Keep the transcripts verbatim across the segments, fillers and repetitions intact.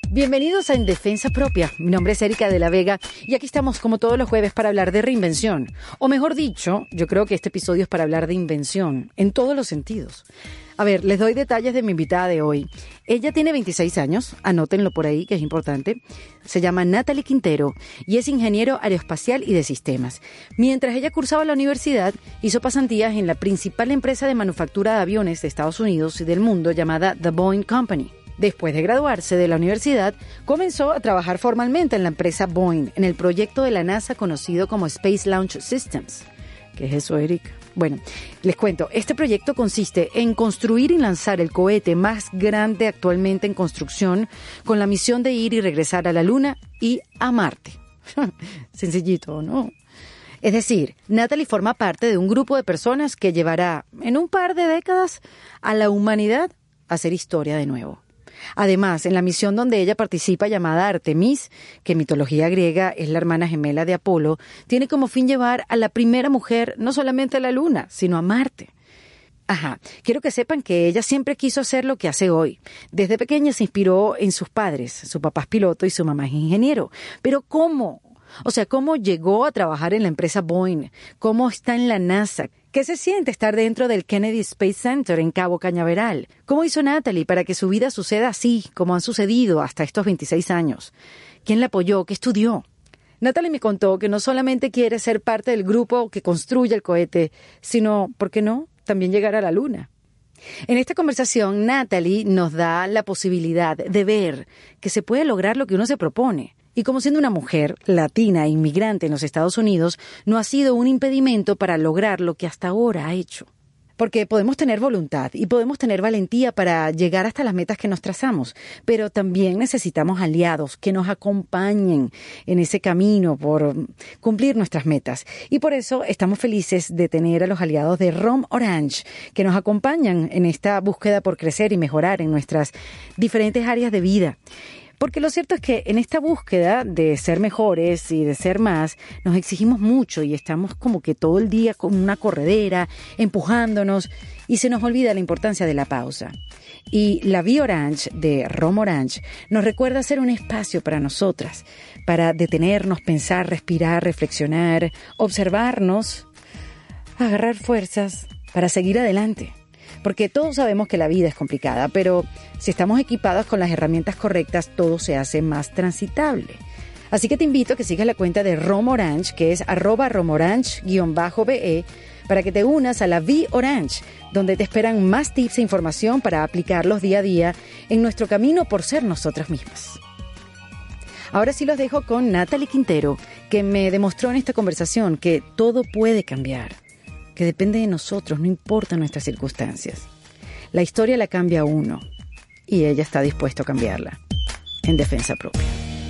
Bienvenidos a En Defensa Propia. Mi nombre es Erika de la Vega y aquí estamos como todos los jueves para hablar de reinvención. O mejor dicho, yo creo que este episodio es para hablar de invención, en todos los sentidos. A ver, les doy detalles de mi invitada de hoy. Ella tiene veintiséis años, anótenlo por ahí que es importante. Se llama Natalie Quintero y es ingeniero aeroespacial y de sistemas. Mientras ella cursaba la universidad, hizo pasantías en la principal empresa de manufactura de aviones de Estados Unidos y del mundo llamada The Boeing Company. Después de graduarse de la universidad, comenzó a trabajar formalmente en la empresa Boeing, en el proyecto de la NASA conocido como Space Launch Systems. ¿Qué es eso, Erika? Bueno, les cuento, este proyecto consiste en construir y lanzar el cohete más grande actualmente en construcción con la misión de ir y regresar a la Luna y a Marte. Sencillito, ¿no? Es decir, Natalie forma parte de un grupo de personas que llevará en un par de décadas a la humanidad a hacer historia de nuevo. Además, en la misión donde ella participa llamada Artemis, que en mitología griega es la hermana gemela de Apolo, tiene como fin llevar a la primera mujer no solamente a la Luna, sino a Marte. Ajá, quiero que sepan que ella siempre quiso hacer lo que hace hoy. Desde pequeña se inspiró en sus padres, su papá es piloto y su mamá es ingeniero. Pero ¿cómo? O sea, ¿cómo llegó a trabajar en la empresa Boeing? ¿Cómo está en la NASA? ¿Qué se siente estar dentro del Kennedy Space Center en Cabo Cañaveral? ¿Cómo hizo Natalie para que su vida suceda así, como han sucedido hasta estos veintiséis años? ¿Quién la apoyó? ¿Qué estudió? Natalie me contó que no solamente quiere ser parte del grupo que construye el cohete, sino, ¿por qué no?, también llegar a la Luna. En esta conversación, Natalie nos da la posibilidad de ver que se puede lograr lo que uno se propone. Y como siendo una mujer latina e inmigrante en los Estados Unidos, no ha sido un impedimento para lograr lo que hasta ahora ha hecho. Porque podemos tener voluntad y podemos tener valentía para llegar hasta las metas que nos trazamos, pero también necesitamos aliados que nos acompañen en ese camino por cumplir nuestras metas. Y por eso estamos felices de tener a los aliados de Rom Orange, que nos acompañan en esta búsqueda por crecer y mejorar en nuestras diferentes áreas de vida. Porque lo cierto es que en esta búsqueda de ser mejores y de ser más, nos exigimos mucho y estamos como que todo el día con una corredera, empujándonos, y se nos olvida la importancia de la pausa. Y la Vie Orange de Rom Orange nos recuerda ser un espacio para nosotras, para detenernos, pensar, respirar, reflexionar, observarnos, agarrar fuerzas para seguir adelante. Porque todos sabemos que la vida es complicada, pero si estamos equipados con las herramientas correctas, todo se hace más transitable. Así que te invito a que sigas la cuenta de Rom Orange, que es arroba romorange-be, para que te unas a la Vie Orange, donde te esperan más tips e información para aplicarlos día a día en nuestro camino por ser nosotras mismas. Ahora sí los dejo con Natalie Quintero, que me demostró en esta conversación que todo puede cambiar, que depende de nosotros, no importa nuestras circunstancias. La historia la cambia uno y ella está dispuesta a cambiarla en defensa propia.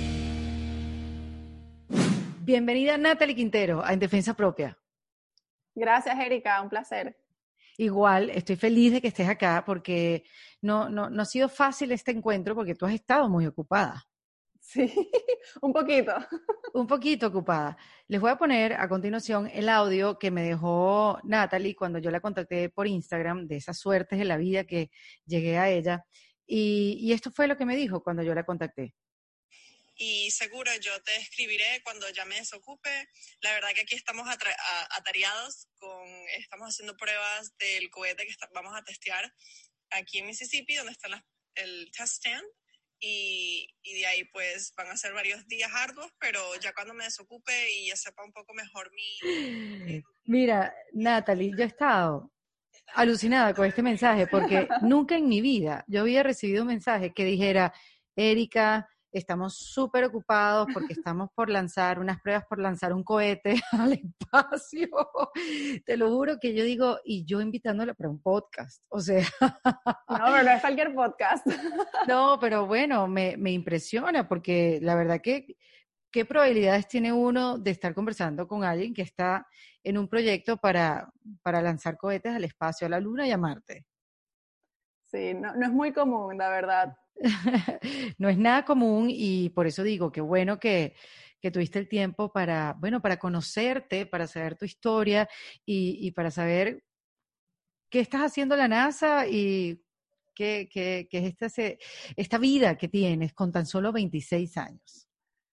Bienvenida Natalie Quintero a En Defensa Propia. Gracias, Erika, un placer. Igual, estoy feliz de que estés acá porque no, no, no ha sido fácil este encuentro porque tú has estado muy ocupada. Sí, un poquito. Un poquito ocupada. Les voy a poner a continuación el audio que me dejó Natalie cuando yo la contacté por Instagram, de esas suertes de la vida que llegué a ella. Y, y esto fue lo que me dijo cuando yo la contacté. Y seguro yo te escribiré cuando ya me desocupe. La verdad que aquí estamos atra- a- atareados, con, estamos haciendo pruebas del cohete que está, vamos a testear aquí en Mississippi, donde está la, el test stand. Y, y de ahí pues van a ser varios días arduos, pero ya cuando me desocupe y ya sepa un poco mejor mi... Mira, Natalie, yo he estado alucinada con este mensaje porque nunca en mi vida yo había recibido un mensaje que dijera, Erika, estamos súper ocupados porque estamos por lanzar unas pruebas por lanzar un cohete al espacio. Te lo juro que yo digo, y yo invitándola para un podcast, o sea... No, pero no es cualquier podcast. No, pero bueno, me, me impresiona porque la verdad que ¿qué probabilidades tiene uno de estar conversando con alguien que está en un proyecto para, para lanzar cohetes al espacio, a la Luna y a Marte? Sí, no, no es muy común, la verdad. No es nada común y por eso digo que bueno que, que tuviste el tiempo para, bueno, para conocerte, para saber tu historia y, y para saber qué estás haciendo en la NASA y qué, qué, qué es esta, se- esta vida que tienes con tan solo veintiséis años?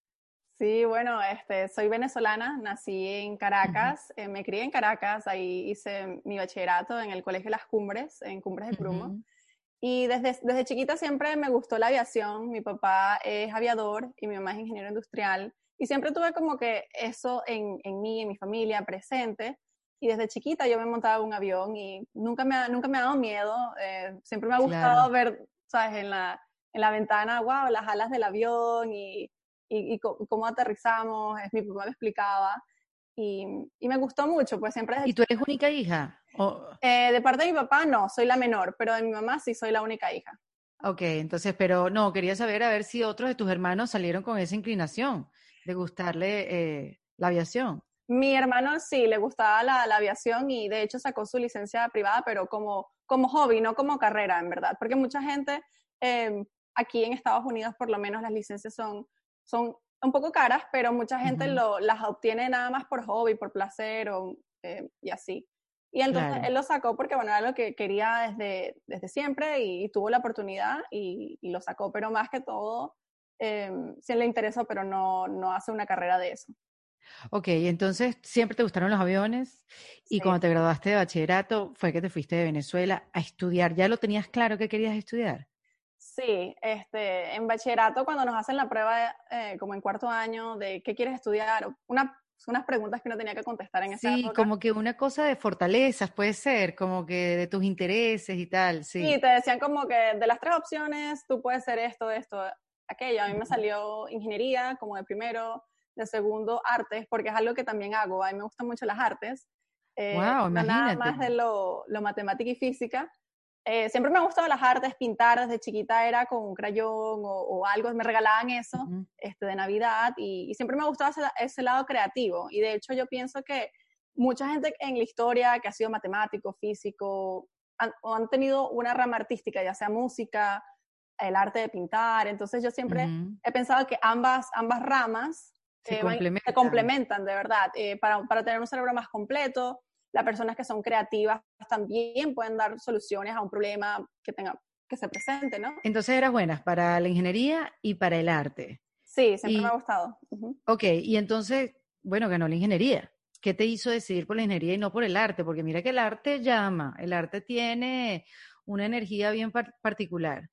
Sí, bueno, este, soy venezolana, nací en Ujú, Caracas, eh, me crié en Caracas, ahí hice mi bachillerato en el Colegio Las Cumbres, en Cumbres de Purumo. ujú. Y desde, desde chiquita siempre me gustó la aviación. Mi papá es aviador y mi mamá es ingeniero industrial. Y siempre tuve como que eso en, en mí, en mi familia, presente. Y desde chiquita yo me montaba en un avión y nunca me ha, nunca me ha dado miedo. Eh, siempre me ha gustado Claro. ver, ¿sabes? En la, en la ventana, wow, las alas del avión y, y, y co- cómo aterrizamos. Es, mi papá me explicaba. Y, y me gustó mucho, pues siempre desde ¿Y tú eres chiquita. única hija? O- Eh, de parte de mi papá, no, soy la menor, pero de mi mamá sí soy la única hija. ok, entonces, pero no, quería saber a ver si otros de tus hermanos salieron con esa inclinación de gustarle eh, la aviación. Mi hermano sí le gustaba la, la aviación y de hecho sacó su licencia privada, pero como, como hobby, no como carrera, en verdad. Porque mucha gente, eh, aquí en Estados Unidos por lo menos las licencias son, son un poco caras, pero mucha gente Ujú, lo, las obtiene nada más por hobby, por placer o, eh, y así. Y entonces claro. él lo sacó porque, bueno, era lo que quería desde, desde siempre y, y tuvo la oportunidad y, y, lo sacó, pero más que todo, eh, sí le interesó, pero no, no hace una carrera de eso. Ok, entonces siempre te gustaron los aviones y Sí. cuando te graduaste de bachillerato fue que te fuiste de Venezuela a estudiar. ¿Ya lo tenías claro que querías estudiar? Sí, este, en bachillerato cuando nos hacen la prueba, eh, como en cuarto año, de qué quieres estudiar, una, unas preguntas que uno tenía que contestar en esa Sí, época. como que una cosa de fortalezas puede ser, como que de tus intereses y tal, Y sí. te decían como que de las tres opciones, tú puedes ser esto, esto, aquello. A mí me Ujú. salió ingeniería como de primero, de segundo artes, porque es algo que también hago. A mí me gustan mucho las artes, eh, Wow, no nada imagínate. más de lo, lo matemática y física. Eh, siempre me ha gustado las artes, pintar desde chiquita era con un crayón o, o algo, me regalaban eso Ujú. este, de Navidad y, y siempre me ha gustado ese, ese, lado creativo. Y de hecho yo pienso que mucha gente en la historia que ha sido matemático, físico, han, o han tenido una rama artística, ya sea música, el arte de pintar. Entonces yo siempre Ujú. he pensado que ambas, ambas ramas Se eh, van, se complementan. complementan de verdad eh, para, para tener un cerebro más completo. Las personas que son creativas también pueden dar soluciones a un problema que tenga que se presente, ¿no? Entonces eras buenas para la ingeniería y para el arte. Sí, siempre me ha Y, gustado. Uh-huh. ok, y entonces, bueno, ganó la ingeniería. ¿Qué te hizo decidir por la ingeniería y no por el arte? Porque mira que el arte llama, el arte tiene una energía bien par- particular.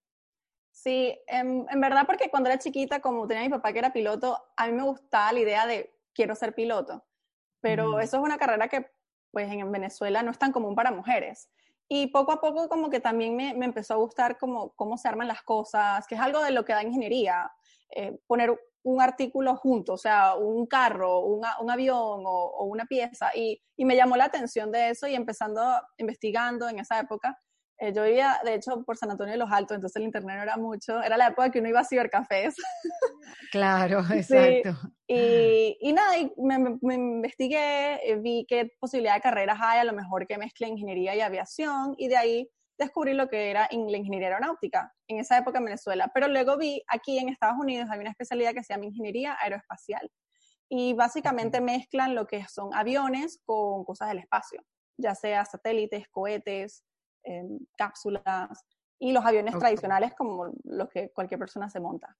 Sí, en, en, verdad porque cuando era chiquita, como tenía mi papá que era piloto, a mí me gustaba la idea de quiero ser piloto, pero Ujú. eso es una carrera que pues en Venezuela no es tan común para mujeres. Y poco a poco como que también me, me empezó a gustar como, cómo se arman las cosas, que es algo de lo que da ingeniería, eh, poner un artículo junto, o sea, un carro, un, un avión o, o, una pieza, y, y me llamó la atención de eso y empezando, investigando en esa época, eh, yo vivía, de hecho, por San Antonio de los Altos, entonces el internet no era mucho. Era la época que uno iba a cibercafés. Claro, Sí. exacto. Y, y nada, y me, me, me investigué, eh, vi qué posibilidad de carreras hay, a lo mejor que mezcle ingeniería y aviación, y de ahí descubrí lo que era en la ingeniería aeronáutica, en esa época en Venezuela. Pero luego vi aquí en Estados Unidos hay una especialidad que se llama ingeniería aeroespacial. Y básicamente Okay. mezclan lo que son aviones con cosas del espacio, ya sea satélites, cohetes, eh, cápsulas y los aviones Okay. tradicionales como los que cualquier persona se monta.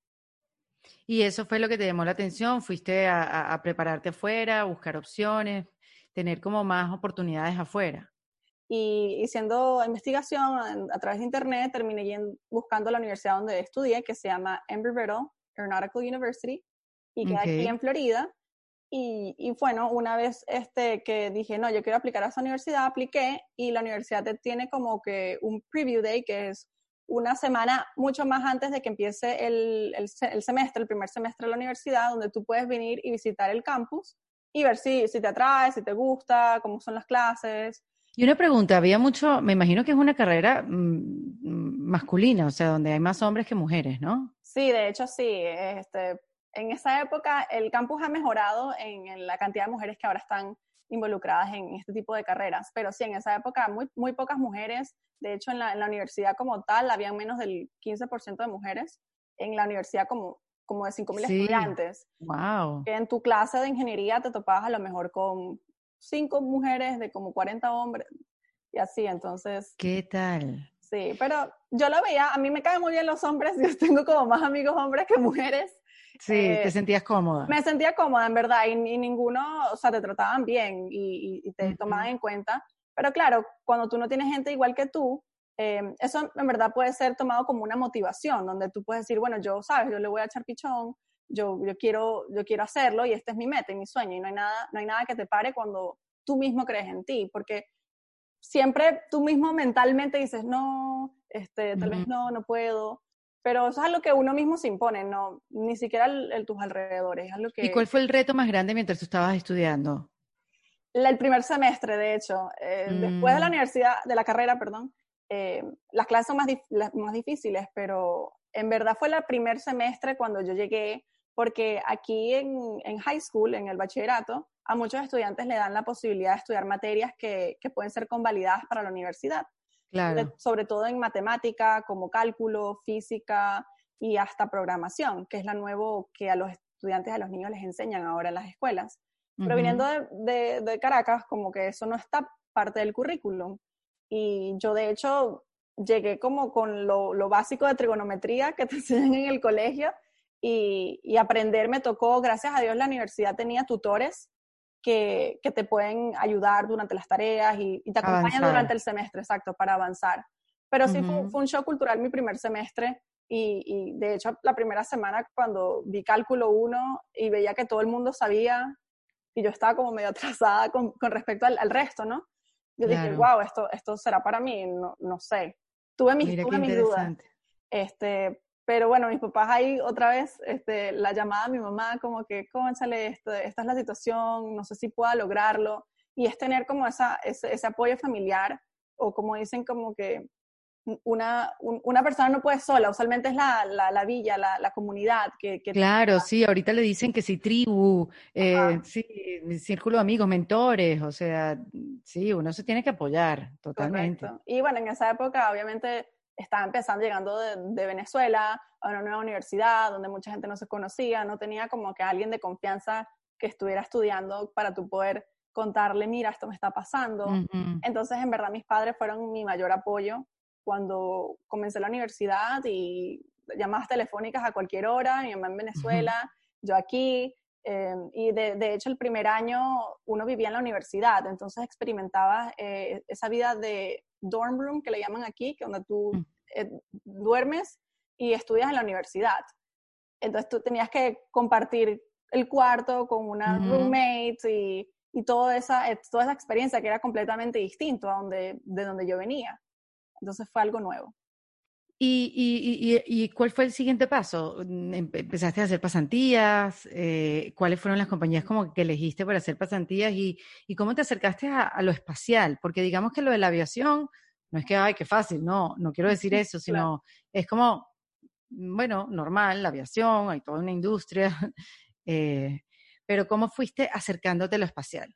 Y eso fue lo que te llamó la atención, fuiste a, a- a prepararte afuera, a buscar opciones, tener como más oportunidades afuera. Y, y siendo investigación a, a través de internet, terminé yendo, buscando la universidad donde estudié, que se llama Embry-Riddle Aeronautical University, y queda aquí Okay. en Florida. Y, y, bueno, una vez este, que dije, no, yo quiero aplicar a esa universidad, apliqué y la universidad te tiene como que un preview day, que es una semana mucho más antes de que empiece el, el, el semestre, el primer semestre de la universidad, donde tú puedes venir y visitar el campus y ver si, si te atrae, si te gusta, cómo son las clases. Y una pregunta, había mucho, me imagino que es una carrera mm, mm, masculina, o sea, donde hay más hombres que mujeres, ¿no? Sí, de hecho sí. Este, en esa época el campus ha mejorado en, en la cantidad de mujeres que ahora están involucradas en este tipo de carreras, pero sí, en esa época muy, muy pocas mujeres. De hecho, en la, en la universidad como tal, habían menos del quince por ciento de mujeres en la universidad como, como de cinco mil Sí, estudiantes. wow, Que en tu clase de ingeniería te topabas a lo mejor con cinco mujeres de como cuarenta hombres y así, entonces ¿qué tal? Sí, pero yo lo veía, a mí me caen muy bien los hombres, yo tengo como más amigos hombres que mujeres. Sí, eh, te sentías cómoda. Me sentía cómoda, en verdad, y, y ninguno, o sea, te trataban bien y, y, y te Uh-huh. tomaban en cuenta. Pero claro, cuando tú no tienes gente igual que tú, eh, eso en verdad puede ser tomado como una motivación, donde tú puedes decir, bueno, yo, sabes, yo le voy a echar pichón, yo, yo, quiero, yo quiero hacerlo y este es mi meta y mi sueño, y no hay nada, no hay nada que te pare cuando tú mismo crees en ti, porque siempre tú mismo mentalmente dices, no, este, tal Uh-huh. vez no, no puedo, pero eso es algo que uno mismo se impone, no, ni siquiera el, el, tus alrededores, es algo ¿Y que... cuál fue el reto más grande mientras tú estabas estudiando? El primer semestre, de hecho, eh, mm. después de la universidad, de la carrera, perdón, eh, las clases son más, dif las más difíciles, pero en verdad fue el primer semestre cuando yo llegué, porque aquí en, en high school, en el bachillerato, a muchos estudiantes le dan la posibilidad de estudiar materias que, que pueden ser convalidadas para la universidad. Claro. Sobre todo en matemática, como cálculo, física y hasta programación, que es la nuevo que a los estudiantes, a los niños les enseñan ahora en las escuelas. Pero uh-huh. viniendo de, de, de Caracas, como que eso no está parte del currículum. Y yo, de hecho, llegué como con lo, lo básico de trigonometría que te enseñan en el colegio y, y aprender me tocó, gracias a Dios, la universidad tenía tutores que, que te pueden ayudar durante las tareas y, y te acompañan avanzar. Durante el semestre, exacto, para avanzar. Pero sí uh-huh. fue, fue un shock cultural mi primer semestre y, y de hecho la primera semana cuando vi cálculo uno y veía que todo el mundo sabía y yo estaba como medio atrasada con, con respecto al, al resto, ¿no? Yo claro. dije, wow, esto, esto será para mí, no, no sé. Tuve mis, tuve mis dudas. Este, pero bueno, mis papás ahí otra vez, este, la llamada a mi mamá como que, cónchale, esto, esta es la situación, no sé si pueda lograrlo. Y es tener como esa, ese, ese apoyo familiar, o como dicen como que una, un, una persona no puede sola, usualmente es la, la, la villa, la, la comunidad que... que claro, sí, ahorita le dicen que sí, tribu, eh, sí, círculo de amigos, mentores, o sea, sí, uno se tiene que apoyar, totalmente. Correcto. Y bueno, en esa época obviamente estaba empezando llegando de, de Venezuela a una nueva universidad donde mucha gente no se conocía, no tenía como que alguien de confianza que estuviera estudiando para tú poder contarle, mira, esto me está pasando. Uh-huh. Entonces, en verdad, mis padres fueron mi mayor apoyo cuando comencé la universidad y llamadas telefónicas a cualquier hora, mi mamá en Venezuela, uh-huh. yo aquí, eh, y de, de hecho el primer año uno vivía en la universidad, entonces experimentaba eh, esa vida de dorm room, que le llaman aquí, que donde tú eh, duermes y estudias en la universidad. Entonces tú tenías que compartir el cuarto con una uh-huh. roommate y, y toda, esa, toda esa experiencia que era completamente distinto a donde, de donde yo venía. Entonces fue algo nuevo. ¿Y, y, y, y cuál fue el siguiente paso? ¿Empezaste a hacer pasantías? Eh, ¿Cuáles fueron las compañías como que elegiste para hacer pasantías? ¿Y, y cómo te acercaste a, a lo espacial? Porque digamos que lo de la aviación no es que, ay, qué fácil, no, no quiero decir eso, sino claro. es como, bueno, normal, la aviación, hay toda una industria, eh, pero ¿cómo fuiste acercándote a lo espacial?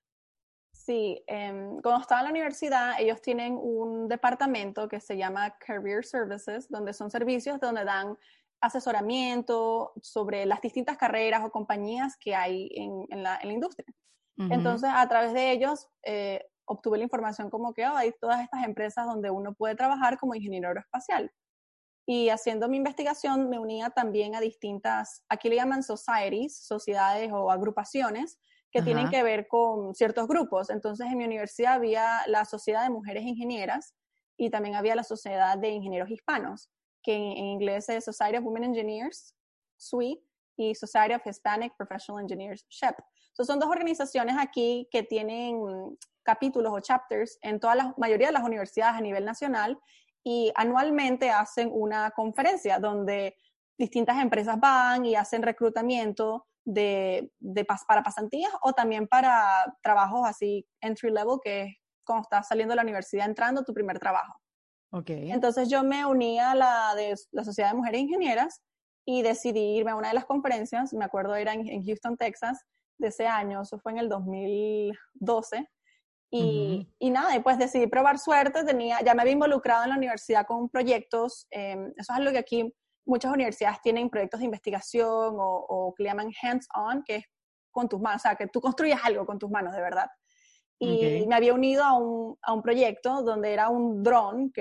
Sí, eh, cuando estaba en la universidad, ellos tienen un departamento que se llama Career Services, donde son servicios donde dan asesoramiento sobre las distintas carreras o compañías que hay en, en, la, en la industria. Uh-huh. Entonces, a través de ellos, eh, obtuve la información como que oh, hay todas estas empresas donde uno puede trabajar como ingeniero aeroespacial. Y haciendo mi investigación, me unía también a distintas, aquí le llaman societies, sociedades o agrupaciones, que Ajá. tienen que ver con ciertos grupos. Entonces, en mi universidad había la Sociedad de Mujeres Ingenieras y también había la Sociedad de Ingenieros Hispanos, que en, en inglés es Society of Women Engineers, S W I, y Society of Hispanic Professional Engineers, S H E P. Entonces, son dos organizaciones aquí que tienen capítulos o chapters en toda la mayoría de las universidades a nivel nacional y anualmente hacen una conferencia donde distintas empresas van y hacen reclutamiento De, de, para pasantías o también para trabajos así entry level, que es cuando estás saliendo de la universidad entrando tu primer trabajo. Okay. Entonces yo me uní a la de la Sociedad de Mujeres Ingenieras y decidí irme a una de las conferencias, me acuerdo era en, en Houston, Texas, de ese año, eso fue en el dos mil doce, y, uh-huh. y nada, y pues decidí probar suerte, tenía, ya me había involucrado en la universidad con proyectos, eh, eso es algo que aquí muchas universidades tienen proyectos de investigación o, o que le llaman hands-on, que es con tus manos, o sea, que tú construyes algo con tus manos, de verdad. Y okay. me había unido a un, a un proyecto donde era un dron, que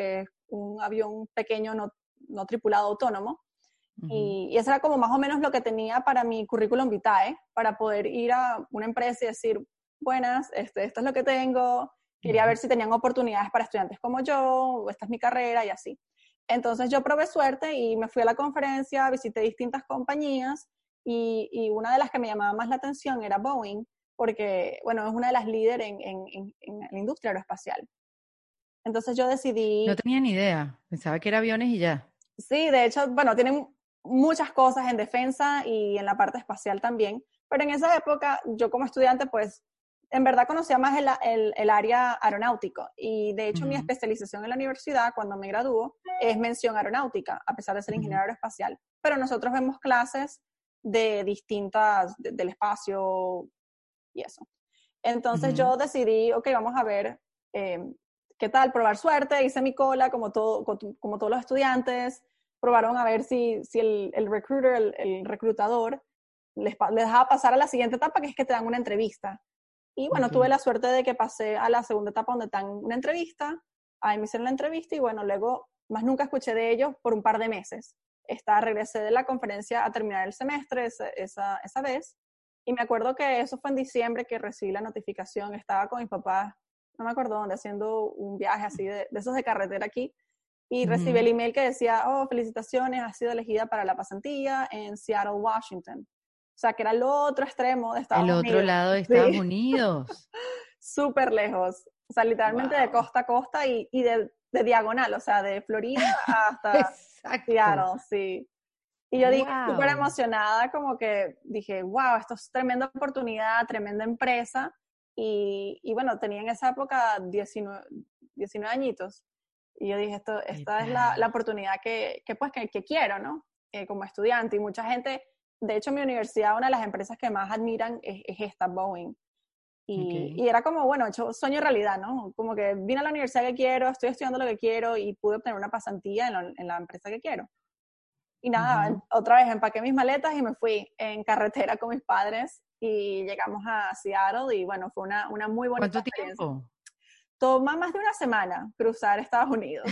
un avión pequeño no, no tripulado autónomo. Uh-huh. Y, y eso era como más o menos lo que tenía para mi currículum vitae, para poder ir a una empresa y decir, buenas, este, esto es lo que tengo, quería uh-huh. ver si tenían oportunidades para estudiantes como yo, esta es mi carrera y así. Entonces yo probé suerte y me fui a la conferencia, visité distintas compañías y, y una de las que me llamaba más la atención era Boeing, porque, bueno, es una de las líderes en, en, en, en la industria aeroespacial. Entonces yo decidí... No tenía ni idea, pensaba que era aviones y ya. Sí, de hecho, bueno, tienen muchas cosas en defensa y en la parte espacial también, pero en esa época yo como estudiante pues en verdad conocía más el, el, el área aeronáutico y de hecho uh-huh. mi especialización en la universidad cuando me graduó es mención aeronáutica, a pesar de ser ingeniero uh-huh. aeroespacial, pero nosotros vemos clases de distintas, de, del espacio y eso. Entonces uh-huh. yo decidí, ok, vamos a ver eh, qué tal, probar suerte, hice mi cola como, todo, como todos los estudiantes, probaron a ver si, si el, el recruiter, el, el reclutador, les, les dejaba pasar a la siguiente etapa, que es que te dan una entrevista. Y bueno, okay. tuve la suerte de que pasé a la segunda etapa donde te dan una entrevista, ahí me hicieron la entrevista y bueno, luego más nunca escuché de ellos por un par de meses. Esta, regresé de la conferencia a terminar el semestre esa, esa, esa vez y me acuerdo que eso fue en diciembre que recibí la notificación, estaba con mis papás, no me acuerdo dónde, haciendo un viaje así de, de esos de carretera aquí. Y uh-huh. recibí el email que decía, oh, felicitaciones, has sido elegida para la pasantía en Seattle, Washington. O sea, que era el otro extremo de Estados Unidos. El otro lado de Estados sí. Unidos. Súper lejos. O sea, literalmente wow. de costa a costa y, y de, de diagonal, o sea, de Florida hasta Seattle, sí. Y yo wow. dije, súper emocionada, como que dije, wow, esto es tremenda oportunidad, tremenda empresa. Y, y bueno, tenía en esa época diecinueve, diecinueve añitos. Y yo dije, esto, esta es la, la oportunidad que, que, pues, que, que quiero, ¿no? Eh, como estudiante. Y mucha gente, de hecho, en mi universidad, una de las empresas que más admiran es, es esta, Boeing. Y, okay. y era como, bueno, hecho sueño realidad, ¿no? Como que vine a la universidad que quiero, estoy estudiando lo que quiero y pude obtener una pasantía en, lo, en la empresa que quiero. Y nada, uh-huh. otra vez empaqué mis maletas y me fui en carretera con mis padres y llegamos a Seattle y bueno, fue una, una muy bonita ¿Cuánto experiencia. tiempo? Toma más de una semana cruzar Estados Unidos,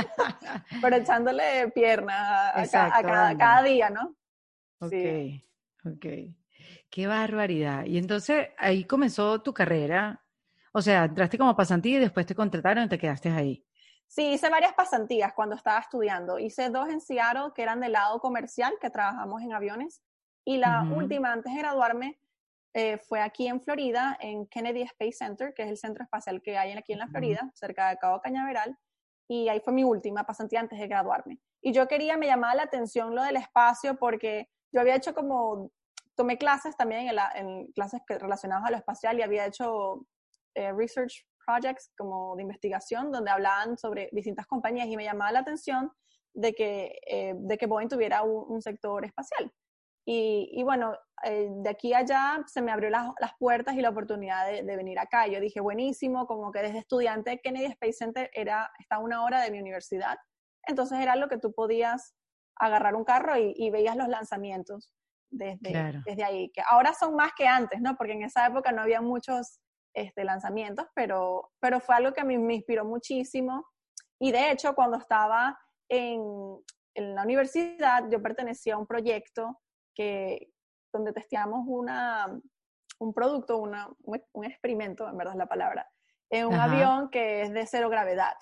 pero echándole pierna a, Exacto, a, a, cada, a cada día, ¿no? Ok, sí. ok. Qué barbaridad. Y entonces ahí comenzó tu carrera, o sea, entraste como pasantía y después te contrataron y te quedaste ahí. Sí, hice varias pasantías cuando estaba estudiando. Hice dos en Seattle que eran del lado comercial, que trabajamos en aviones, y la uh-huh. última antes de graduarme Eh, fue aquí en Florida, en Kennedy Space Center, que es el centro espacial que hay aquí en la Florida, uh-huh. cerca de Cabo Cañaveral, y ahí fue mi última pasantía antes de graduarme. Y yo quería, me llamaba la atención lo del espacio, porque yo había hecho como, tomé clases también en, la, en clases que, relacionadas a lo espacial, y había hecho eh, research projects como de investigación, donde hablaban sobre distintas compañías, y me llamaba la atención de que, eh, de que Boeing tuviera un, un sector espacial. Y, y bueno, eh, de aquí a allá se me abrió las, las puertas y la oportunidad de, de venir acá. Yo dije, buenísimo, como que desde estudiante Kennedy Space Center era, está a una hora de mi universidad. Entonces era lo que tú podías agarrar un carro y, y veías los lanzamientos desde, claro. desde ahí. Que ahora son más que antes, ¿no? Porque en esa época no había muchos este, lanzamientos, pero, pero fue algo que a mí me inspiró muchísimo. Y de hecho, cuando estaba en, en la universidad, yo pertenecía a un proyecto que, donde testeamos una, un producto, una, un, un experimento, en verdad es la palabra, en un Ajá. avión que es de cero gravedad,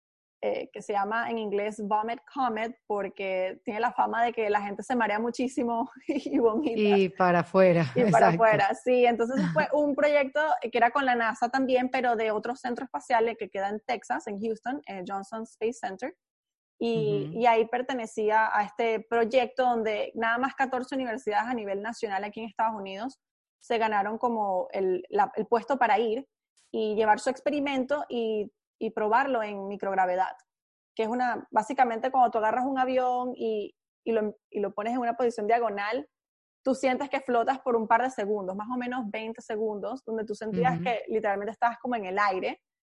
eh, que se llama en inglés Vomit Comet, porque tiene la fama de que la gente se marea muchísimo y vomita. Y para afuera. Y para afuera, sí. Entonces fue un proyecto que era con la NASA también, pero de otro centro espacial que queda en Texas, en Houston, en Johnson Space Center. Y, uh-huh. y ahí pertenecía a este proyecto donde nada más catorce universidades a nivel nacional aquí en Estados Unidos se ganaron como el, la, el puesto para ir y llevar su experimento y, y probarlo en microgravedad, que es una, básicamente cuando tú agarras un avión y, y, lo, y lo pones en una posición diagonal, tú sientes que flotas por un par de segundos, más o menos veinte segundos, donde tú sentías uh-huh. que literalmente estabas como en el aire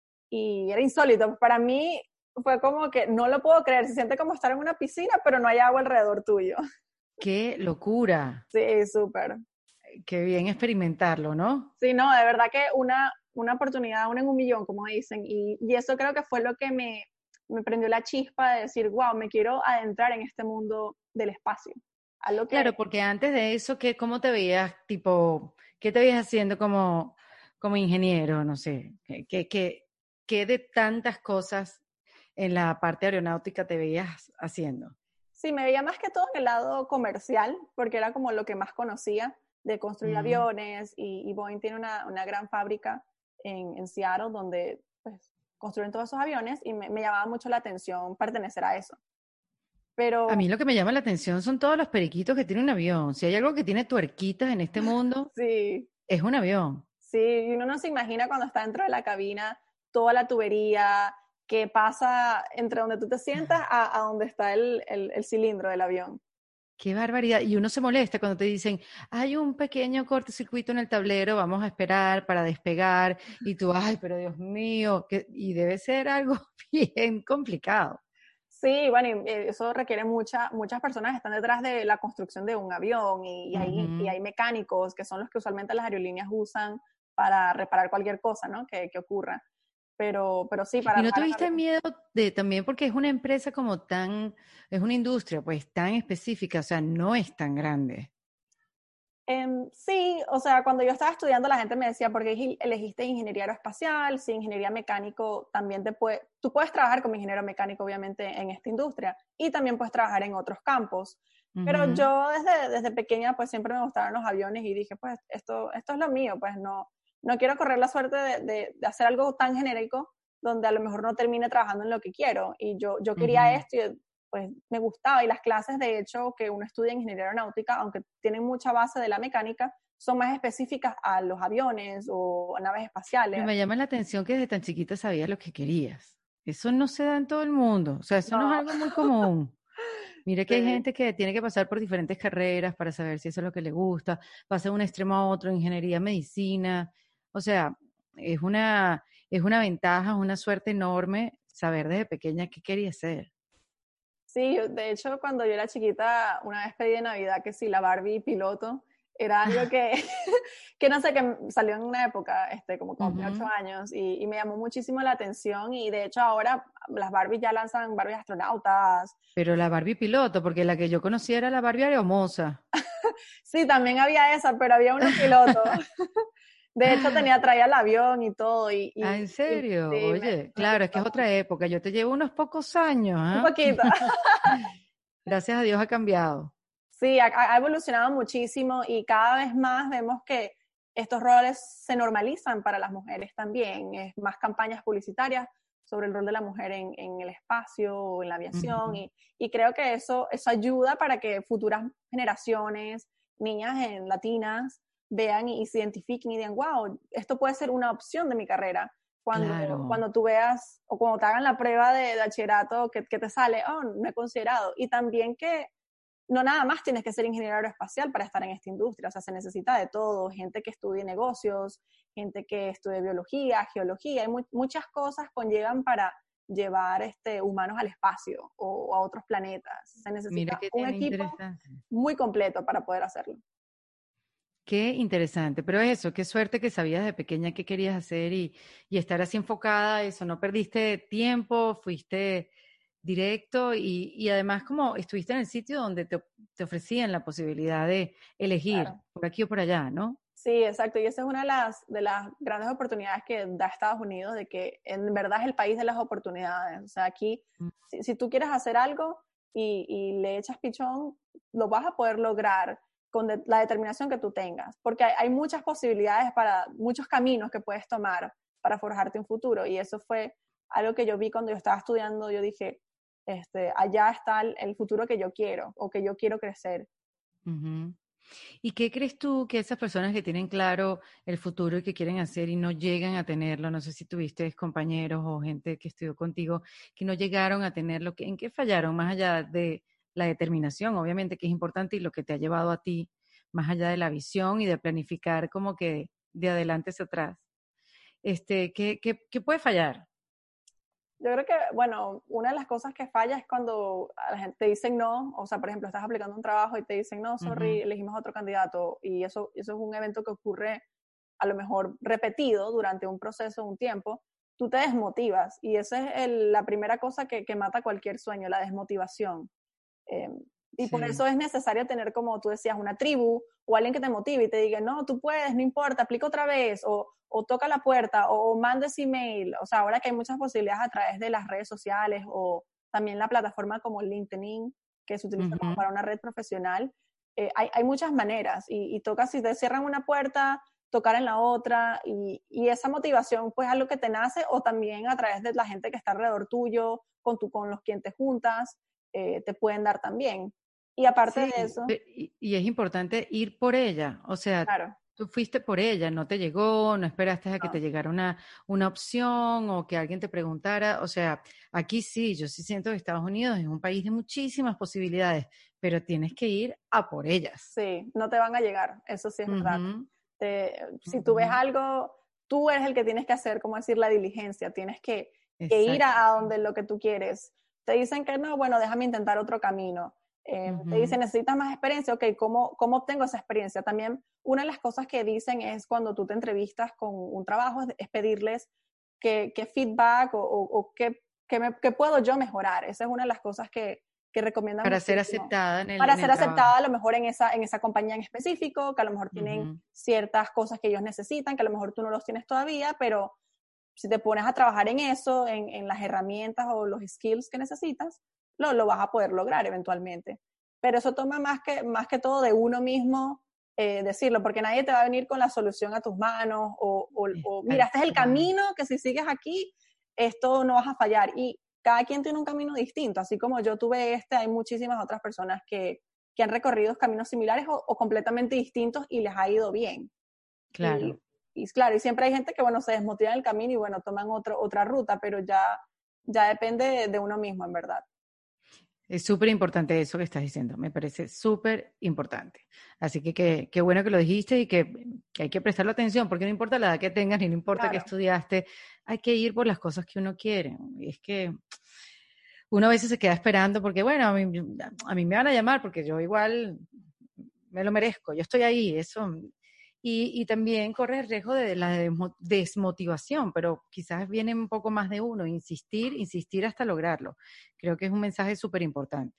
y era insólito. Para mí fue como que no lo puedo creer, se siente como estar en una piscina, pero no hay agua alrededor tuyo. ¡Qué locura! Sí, súper. Qué bien experimentarlo, ¿no? Sí, no, de verdad que una, una oportunidad, una en un millón, como dicen, y, y eso creo que fue lo que me, me prendió la chispa de decir, wow, me quiero adentrar en este mundo del espacio. Algo que, Claro, porque antes de eso, ¿qué, cómo te veías, tipo, qué te veías haciendo como, como ingeniero? No sé, ¿qué, qué, qué, qué de tantas cosas en la parte aeronáutica te veías haciendo? sí, me veía más que todo en el lado comercial, porque era como lo que más conocía de construir Mm. aviones, y, y Boeing tiene una, una gran fábrica en, en Seattle donde pues, construyen todos esos aviones, y me, me llamaba mucho la atención pertenecer a eso. A Pero mí lo que me llama la atención son todos los periquitos que tiene un avión. Si hay algo que tiene tuerquitas en este mundo, sí, es un avión. sí, y uno no se imagina cuando está dentro de la cabina toda la tubería que pasa entre donde tú te sientas a, a donde está el, el, el cilindro del avión. Qué barbaridad. Y uno se molesta cuando te dicen, hay un pequeño cortocircuito en el tablero, vamos a esperar para despegar. Y tú, ay, pero Dios mío, que... y debe ser algo bien complicado. Sí, bueno, y eh, eso requiere mucha, muchas personas que están detrás de la construcción de un avión, y, y, hay, y Ujú. hay mecánicos que son los que usualmente las aerolíneas usan para reparar cualquier cosa, ¿no? que, que ocurra. Pero, pero sí, para ¿Y no armar un tuviste avión. miedo de también porque es una empresa como tan, es una industria pues tan específica, o sea, no es tan grande? Em, sí, o sea, cuando yo estaba estudiando la gente me decía, ¿por qué elegiste ingeniería aeroespacial? Si ingeniería mecánico también te puede, tú puedes trabajar como ingeniero mecánico obviamente en esta industria, y también puedes trabajar en otros campos. Pero Ujú. yo desde, desde pequeña pues siempre me gustaron los aviones, y dije, pues esto, esto es lo mío, pues no, no quiero correr la suerte de, de, de hacer algo tan genérico donde a lo mejor no termine trabajando en lo que quiero. Y yo, yo quería Ujú. esto, y pues me gustaba, y las clases de hecho que uno estudia en ingeniería aeronáutica, aunque tienen mucha base de la mecánica, son más específicas a los aviones o a naves Pero espaciales. me llama la atención que desde tan chiquita sabías lo que querías. Eso no se da en todo el mundo, o sea, eso no es No, algo muy común. Mira que hay sí, gente que tiene que pasar por diferentes carreras para saber si eso es lo que le gusta, pasa de un extremo a otro, ingeniería, medicina, o sea, es una, es una ventaja, es una suerte enorme saber desde pequeña qué quería hacer. sí, de hecho cuando yo era chiquita, una vez pedí de Navidad que sí, la Barbie piloto, era algo que, que no sé, que salió en una época, este, como cuando tenía ocho Ujú. años, y, y me llamó muchísimo la atención, y de hecho ahora las Barbies ya lanzan Barbies astronautas. Pero la Barbie piloto, porque la que yo conocía era la Barbie aeromoza. Sí, también había esa, pero había una piloto. De hecho, tenía, traía el avión y todo, y, Ah, ¿en y, y serio? sí, me, Oye, me claro, es que gustó es mucho. otra época. Yo te llevo unos pocos años, Un ¿ah? poquito. Gracias a Dios ha cambiado. Sí, ha, ha evolucionado muchísimo, y cada vez más vemos que estos roles se normalizan para las mujeres también. Es más campañas publicitarias sobre el rol de la mujer en, en el espacio o en la aviación, Ujú. y, y creo que eso, eso ayuda para que futuras generaciones, niñas en latinas, vean y, y se identifiquen y digan, wow, esto puede ser una opción de mi carrera. Cuando, Claro. cuando tú veas o cuando te hagan la prueba de, de bachillerato que, que te sale, oh, no he considerado. Y también que no nada más tienes que ser ingeniero aeroespacial para estar en esta industria, o sea, se necesita de todo, gente que estudie negocios, gente que estudie biología, geología, hay mu muchas cosas conllevan para llevar este, humanos al espacio o, o a otros planetas. Se Mira necesita qué un tema equipo interesante. muy completo para poder hacerlo. Qué interesante, pero eso, qué suerte que sabías de pequeña qué querías hacer y, y estar así enfocada a eso, no perdiste tiempo, fuiste directo y, y además como estuviste en el sitio donde te, te ofrecían la posibilidad de elegir Claro. por aquí o por allá, ¿no? Sí, exacto. Y esa es una de las, de las grandes oportunidades que da Estados Unidos, de que en verdad es el país de las oportunidades. O sea, aquí, Mm. si, si tú quieres hacer algo y, y le echas pichón, lo vas a poder lograr con de, la determinación que tú tengas. Porque hay, hay muchas posibilidades para, muchos caminos que puedes tomar para forjarte un futuro. Y eso fue algo que yo vi cuando yo estaba estudiando. Yo dije, este, allá está el, el futuro que yo quiero o que yo quiero crecer. Ujú. ¿Y qué crees tú que esas personas que tienen claro el futuro y que quieren hacer y no llegan a tenerlo, no sé si tuviste compañeros o gente que estudió contigo que no llegaron a tenerlo, ¿en qué fallaron más allá de la determinación, obviamente que es importante y lo que te ha llevado a ti, más allá de la visión y de planificar como que de adelante hacia atrás? Este, ¿qué, qué, qué puede fallar? Yo creo que, bueno, una de las cosas que falla es cuando a la gente te dicen no, o sea, por ejemplo, estás aplicando un trabajo y te dicen no, sorry, Ujú. elegimos a otro candidato, y eso, eso es un evento que ocurre a lo mejor repetido durante un proceso, un tiempo, tú te desmotivas. Y esa es el, la primera cosa que, que mata cualquier sueño, la desmotivación. Eh, y sí. Por eso es necesario tener, como tú decías, una tribu o alguien que te motive y te diga, no, tú puedes, no importa, aplica otra vez, o, o toca la puerta, o, o manda ese email. O sea, ahora que hay muchas posibilidades a través de las redes sociales o también la plataforma como LinkedIn, que se utiliza uh-huh. como para una red profesional, eh, hay, hay muchas maneras y, y toca, si te cierran una puerta, tocar en la otra, y, y esa motivación pues es algo que te nace, o también a través de la gente que está alrededor tuyo, con, tu, con los quien te juntas, eh, te pueden dar también. Y aparte sí, de eso... Y, y es importante ir por ella, o sea, claro. Tú fuiste por ella, no te llegó, no esperaste a que no. te llegara una, una opción o que alguien te preguntara, o sea, aquí sí, yo sí siento que Estados Unidos es un país de muchísimas posibilidades, pero tienes que ir a por ellas. Sí, no te van a llegar, eso sí es uh-huh. verdad. Te, si uh-huh. tú ves algo, tú eres el que tienes que hacer, como decir, la diligencia, tienes que, que ir a, a donde lo que tú quieres. Te dicen que no, bueno, déjame intentar otro camino. Eh, uh-huh. Te dicen, necesitas más experiencia, ok, ¿cómo, ¿cómo obtengo esa experiencia? También una de las cosas que dicen es cuando tú te entrevistas con un trabajo, es, es pedirles qué feedback o, o, o qué, qué, me, qué puedo yo mejorar. Esa es una de las cosas que, que recomiendan para muchísimo. ser aceptada en el Para en ser el aceptada trabajo. a lo mejor en esa, en esa compañía en específico, que a lo mejor tienen uh-huh. ciertas cosas que ellos necesitan, que a lo mejor tú no los tienes todavía, pero si te pones a trabajar en eso, en, en las herramientas o los skills que necesitas, lo, lo vas a poder lograr eventualmente. Pero eso toma más que, más que todo de uno mismo eh, decirlo, porque nadie te va a venir con la solución a tus manos o, o, o mira, este es el camino que si sigues aquí, esto no vas a fallar. Y cada quien tiene un camino distinto, así como yo tuve este, hay muchísimas otras personas que, que han recorrido caminos similares o, o completamente distintos y les ha ido bien. Claro. Y, y claro, y siempre hay gente que, bueno, se desmotiva en el camino y, bueno, toman otro, otra ruta, pero ya, ya depende de, de uno mismo, en verdad. Es súper importante eso que estás diciendo, me parece súper importante. Así que qué bueno que lo dijiste y que, que hay que prestarle atención, porque no importa la edad que tengas, ni no importa claro. qué estudiaste, hay que ir por las cosas que uno quiere. Y es que uno a veces se queda esperando porque, bueno, a mí, a mí me van a llamar porque yo igual me lo merezco, yo estoy ahí, eso... Y, y también corre el riesgo de la desmotivación, pero quizás viene un poco más de uno, insistir, insistir hasta lograrlo. Creo que es un mensaje súper importante.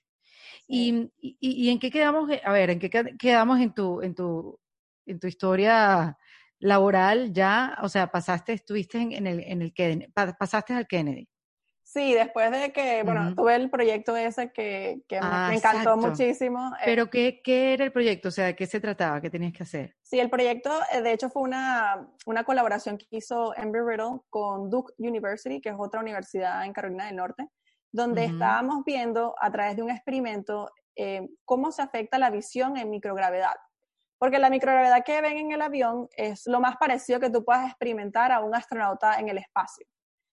Sí. Y, y, y en qué quedamos, a ver, en qué quedamos en tu, en tu, en tu historia laboral ya, o sea, pasaste, estuviste en, en el, en el Kennedy, pasaste al Kennedy. Sí, después de que, bueno, uh-huh. tuve el proyecto ese que, que ah, me, me encantó exacto. muchísimo. ¿Pero eh, qué, qué era el proyecto? O sea, ¿de qué se trataba? ¿Qué tenías que hacer? Sí, el proyecto, de hecho, fue una, una colaboración que hizo Embry-Riddle con Duke University, que es otra universidad en Carolina del Norte, donde uh-huh. estábamos viendo a través de un experimento eh, cómo se afecta la visión en microgravedad. Porque la microgravedad que ven en el avión es lo más parecido que tú puedas experimentar a un astronauta en el espacio.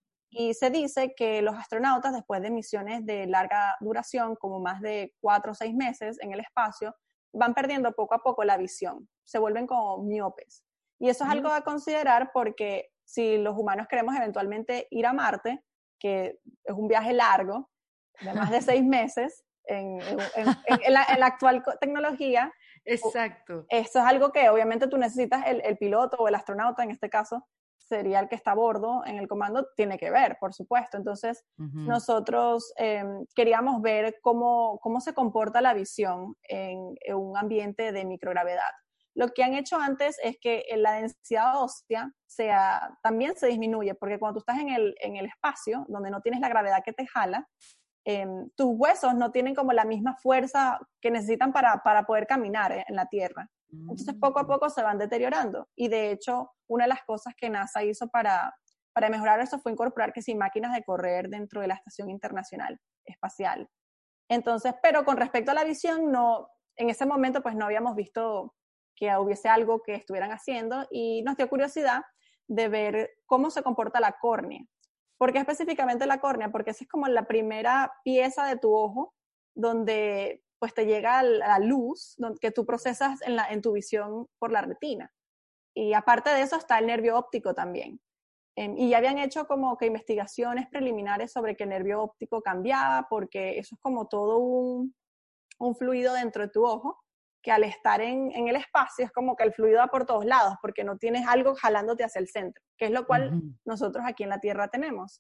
Y se dice que los astronautas, después de misiones de larga duración, como más de cuatro o seis meses en el espacio, van perdiendo poco a poco la visión, se vuelven como miopes. Y eso es algo a considerar porque si los humanos queremos eventualmente ir a Marte, que es un viaje largo, de más de seis meses, en, en, en, en, la, en la actual tecnología, exacto. Esto es algo que obviamente tú necesitas, el, el piloto o el astronauta en este caso, sería el que está a bordo en el comando, tiene que ver, por supuesto. Entonces, uh-huh. nosotros eh, queríamos ver cómo, cómo se comporta la visión en, en un ambiente de microgravedad. Lo que han hecho antes es que la densidad ósea sea, también se disminuye, porque cuando tú estás en el, en el espacio, donde no tienes la gravedad que te jala, eh, tus huesos no tienen como la misma fuerza que necesitan para, para poder caminar eh, en la Tierra. Entonces, poco a poco se van deteriorando. Y de hecho, una de las cosas que NASA hizo para, para mejorar eso fue incorporar que sí, máquinas de correr dentro de la Estación Internacional Espacial. Entonces, pero con respecto a la visión, no, en ese momento pues no habíamos visto que hubiese algo que estuvieran haciendo y nos dio curiosidad de ver cómo se comporta la córnea. ¿Por qué específicamente la córnea? Porque esa es como la primera pieza de tu ojo donde pues te llega la luz que tú procesas en, la, en tu visión por la retina. Y aparte de eso está el nervio óptico también. Eh, y ya habían hecho como que investigaciones preliminares sobre que el nervio óptico cambiaba, porque eso es como todo un, un fluido dentro de tu ojo que al estar en, en el espacio es como que el fluido va por todos lados, porque no tienes algo jalándote hacia el centro, que es lo cual uh-huh. nosotros aquí en la Tierra tenemos.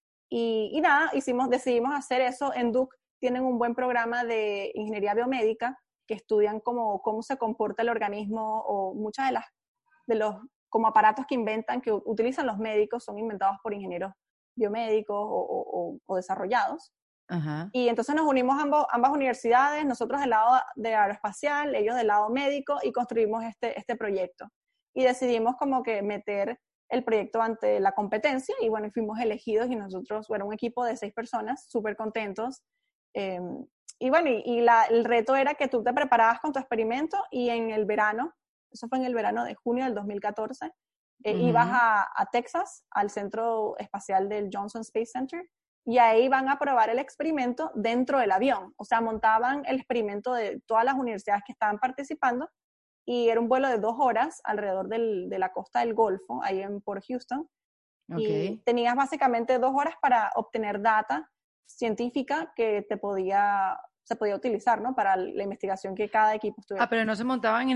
Y, y nada, hicimos, decidimos hacer eso. En Duke tienen un buen programa de ingeniería biomédica, que estudian cómo, cómo se comporta el organismo, o muchas de las de los como aparatos que inventan, que utilizan los médicos, son inventados por ingenieros biomédicos o, o, o desarrollados. Uh-huh. Y entonces nos unimos ambos, ambas universidades, nosotros del lado de aeroespacial, ellos del lado médico, y construimos este, este proyecto. Y decidimos como que meter el proyecto ante la competencia, y bueno, fuimos elegidos, y nosotros, bueno, un equipo de seis personas, súper contentos. Eh, y bueno, y, y la, el reto era que tú te preparabas con tu experimento, y en el verano, eso fue en el verano de junio del dos mil catorce, eh, uh-huh. ibas a, a Texas, al centro espacial del Johnson Space Center, y ahí van a probar el experimento dentro del avión. O sea, montaban el experimento de todas las universidades que estaban participando, y era un vuelo de dos horas alrededor del, de la costa del Golfo, ahí en Port Houston. Okay. Y tenías básicamente dos horas para obtener data científica que te podía, se podía utilizar, ¿no? Para la investigación que cada equipo estuviera. Ah, pero no se montaban en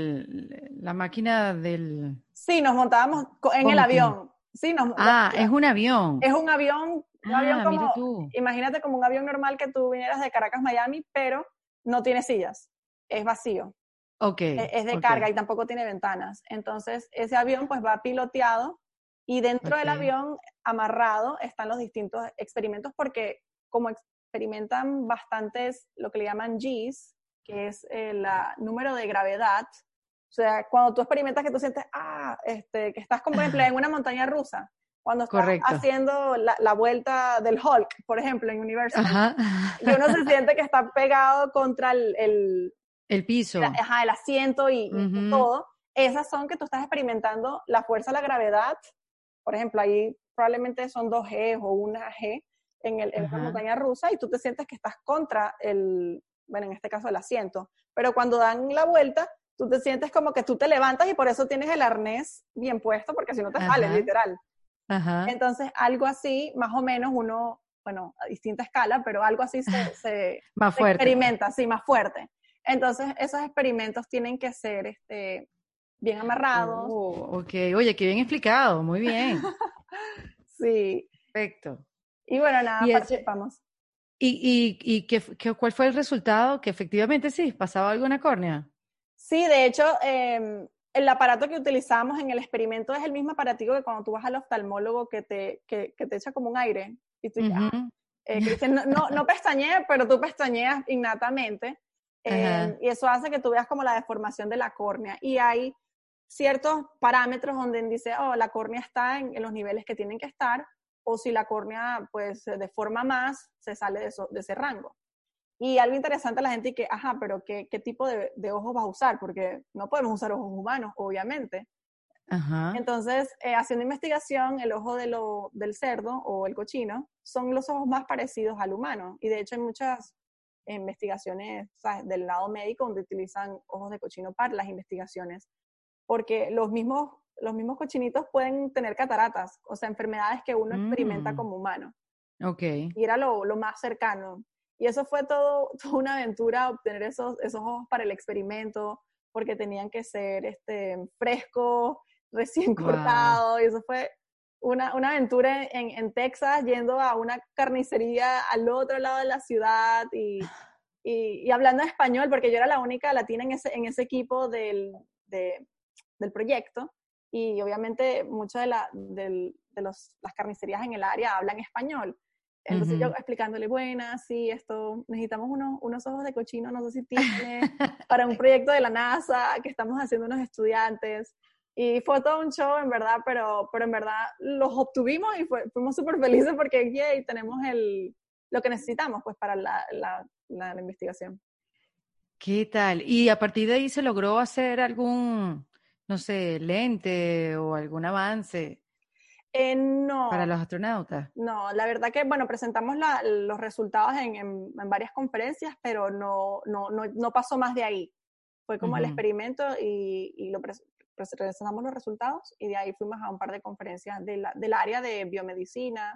el, la máquina del... Sí, nos montábamos en el avión. Sí, nos, ah, la, es un avión. Es un avión, un ah, avión como, mira tú. Imagínate como un avión normal que tú vinieras de Caracas, Miami, pero no tiene sillas, es vacío. Okay, es, es de okay. carga y tampoco tiene ventanas. Entonces, ese avión pues va piloteado, y dentro okay. del avión, amarrado, están los distintos experimentos, porque como experimentan bastantes, lo que le llaman Gs, que es el número de gravedad. O sea, cuando tú experimentas que tú sientes, ah, este, que estás como por ejemplo en una montaña rusa, cuando estás Correcto. haciendo la, la vuelta del Hulk, por ejemplo, en Universal, ajá. y uno se siente que está pegado contra el... el El piso. El, ajá, el asiento y, uh-huh. y todo. Esas son que tú estás experimentando la fuerza de la gravedad. Por ejemplo, ahí probablemente son dos G o una G en, el, en uh-huh. una montaña rusa, y tú te sientes que estás contra el, bueno, en este caso el asiento. Pero cuando dan la vuelta, tú te sientes como que tú te levantas, y por eso tienes el arnés bien puesto, porque si no te uh-huh. sales, literal. Uh-huh. Entonces, algo así, más o menos uno, bueno, a distinta escala, pero algo así se, se, más se fuerte. experimenta, sí, más fuerte. Entonces, esos experimentos tienen que ser este, bien amarrados. Oh, ok, oye, qué bien explicado, muy bien. Sí. Perfecto. Y bueno, nada, y participamos. ¿Y, y, y qué, qué, cuál fue el resultado? Que efectivamente sí, pasaba algo en la córnea. Sí, de hecho, eh, el aparato que utilizamos en el experimento es el mismo aparatico que cuando tú vas al oftalmólogo, que te, que, que te echa como un aire. Y tú dices, uh-huh. ah, eh, que dicen, no, no, no pestañees, pero tú pestañeas innatamente. Eh, uh-huh. Y eso hace que tú veas como la deformación de la córnea. Y hay ciertos parámetros donde dice, oh, la córnea está en, en los niveles que tienen que estar, o si la córnea pues se deforma más, se sale de, eso, de ese rango. Y algo interesante a la gente, y que, ajá, pero ¿qué, qué tipo de, de ojos vas a usar? Porque no podemos usar ojos humanos, obviamente. Uh-huh. Entonces, eh, haciendo investigación, el ojo de lo, del cerdo o el cochino son los ojos más parecidos al humano. Y de hecho hay muchas investigaciones, ¿sabes?, del lado médico, donde utilizan ojos de cochino para las investigaciones, porque los mismos, los mismos cochinitos pueden tener cataratas, o sea, enfermedades que uno mm. experimenta como humano. Okay. Y era lo, lo más cercano. Y eso fue todo, toda una aventura, obtener esos, esos ojos para el experimento, porque tenían que ser este, frescos, recién wow. cortados, y eso fue una, una aventura en, en Texas, yendo a una carnicería al otro lado de la ciudad, y, y, y hablando español, porque yo era la única latina en ese, en ese equipo del, de, del proyecto, y obviamente muchas de, la, de, de los, las carnicerías en el área hablan español. Entonces uh-huh. yo explicándole, buenas, sí, esto, necesitamos unos, unos ojos de cochino, no sé si tiene, para un proyecto de la NASA que estamos haciendo unos estudiantes. Y fue todo un show, en verdad, pero, pero en verdad los obtuvimos, y fue, fuimos súper felices porque yay, tenemos el, lo que necesitamos pues para la, la, la, la investigación. ¿Qué tal? Y a partir de ahí se logró hacer algún, no sé, lente o algún avance. Eh, no. ¿Para los astronautas? No, la verdad que, bueno, presentamos la, los resultados en, en, en varias conferencias, pero no, no, no, no pasó más de ahí. Fue como uh-huh. el experimento, y, y lo pres- presentamos los resultados, y de ahí fuimos a un par de conferencias de la, del área de biomedicina,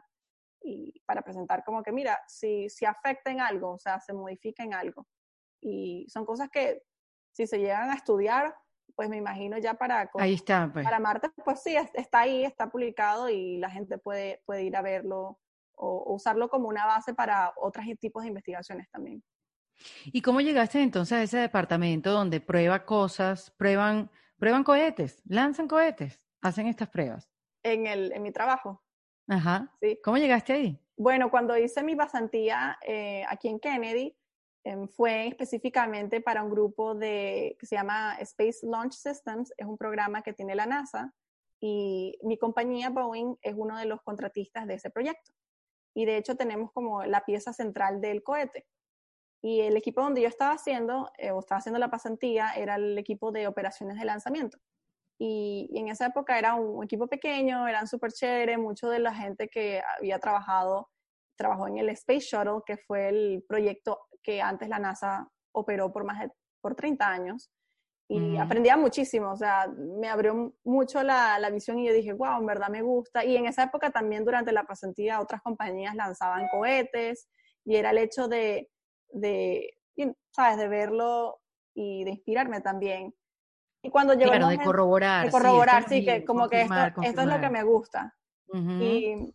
y para presentar como que, mira, si, si afecta en algo, o sea, se modifica en algo. Y son cosas que si se llegan a estudiar, pues me imagino ya para, Ahí está, pues. para Marte, pues sí, está ahí, está publicado y la gente puede, puede ir a verlo o, o usarlo como una base para otros tipos de investigaciones también. ¿Y cómo llegaste entonces a ese departamento donde prueba cosas, prueban, prueban cohetes, lanzan cohetes, hacen estas pruebas? En, el, en mi trabajo. Ajá. ¿Sí? ¿Cómo llegaste ahí? Bueno, cuando hice mi pasantía eh, aquí en Kennedy, eh, fue específicamente para un grupo de, que se llama Space Launch Systems, es un programa que tiene la NASA, y mi compañía Boeing es uno de los contratistas de ese proyecto. Y de hecho tenemos como la pieza central del cohete. Y el equipo donde yo estaba haciendo, eh, o estaba haciendo la pasantía, era el equipo de operaciones de lanzamiento. Y, y en esa época era un equipo pequeño, eran súper chéveres, mucho de la gente que había trabajado, trabajó en el Space Shuttle, que fue el proyecto que antes la NASA operó por más de por treinta años. Y Uh-huh. aprendía muchísimo, o sea, me abrió mucho la, la visión y yo dije, wow, en verdad me gusta. Y en esa época también durante la pasantía otras compañías lanzaban cohetes y era el hecho de, de ¿sabes?, de verlo y de inspirarme también. Y cuando llegó Claro, el de momento corroborar, de sí, esto corroborar, es sí, que mío, como que esto, confirmar, esto es lo que confirmar. me gusta. Uh-huh. Y,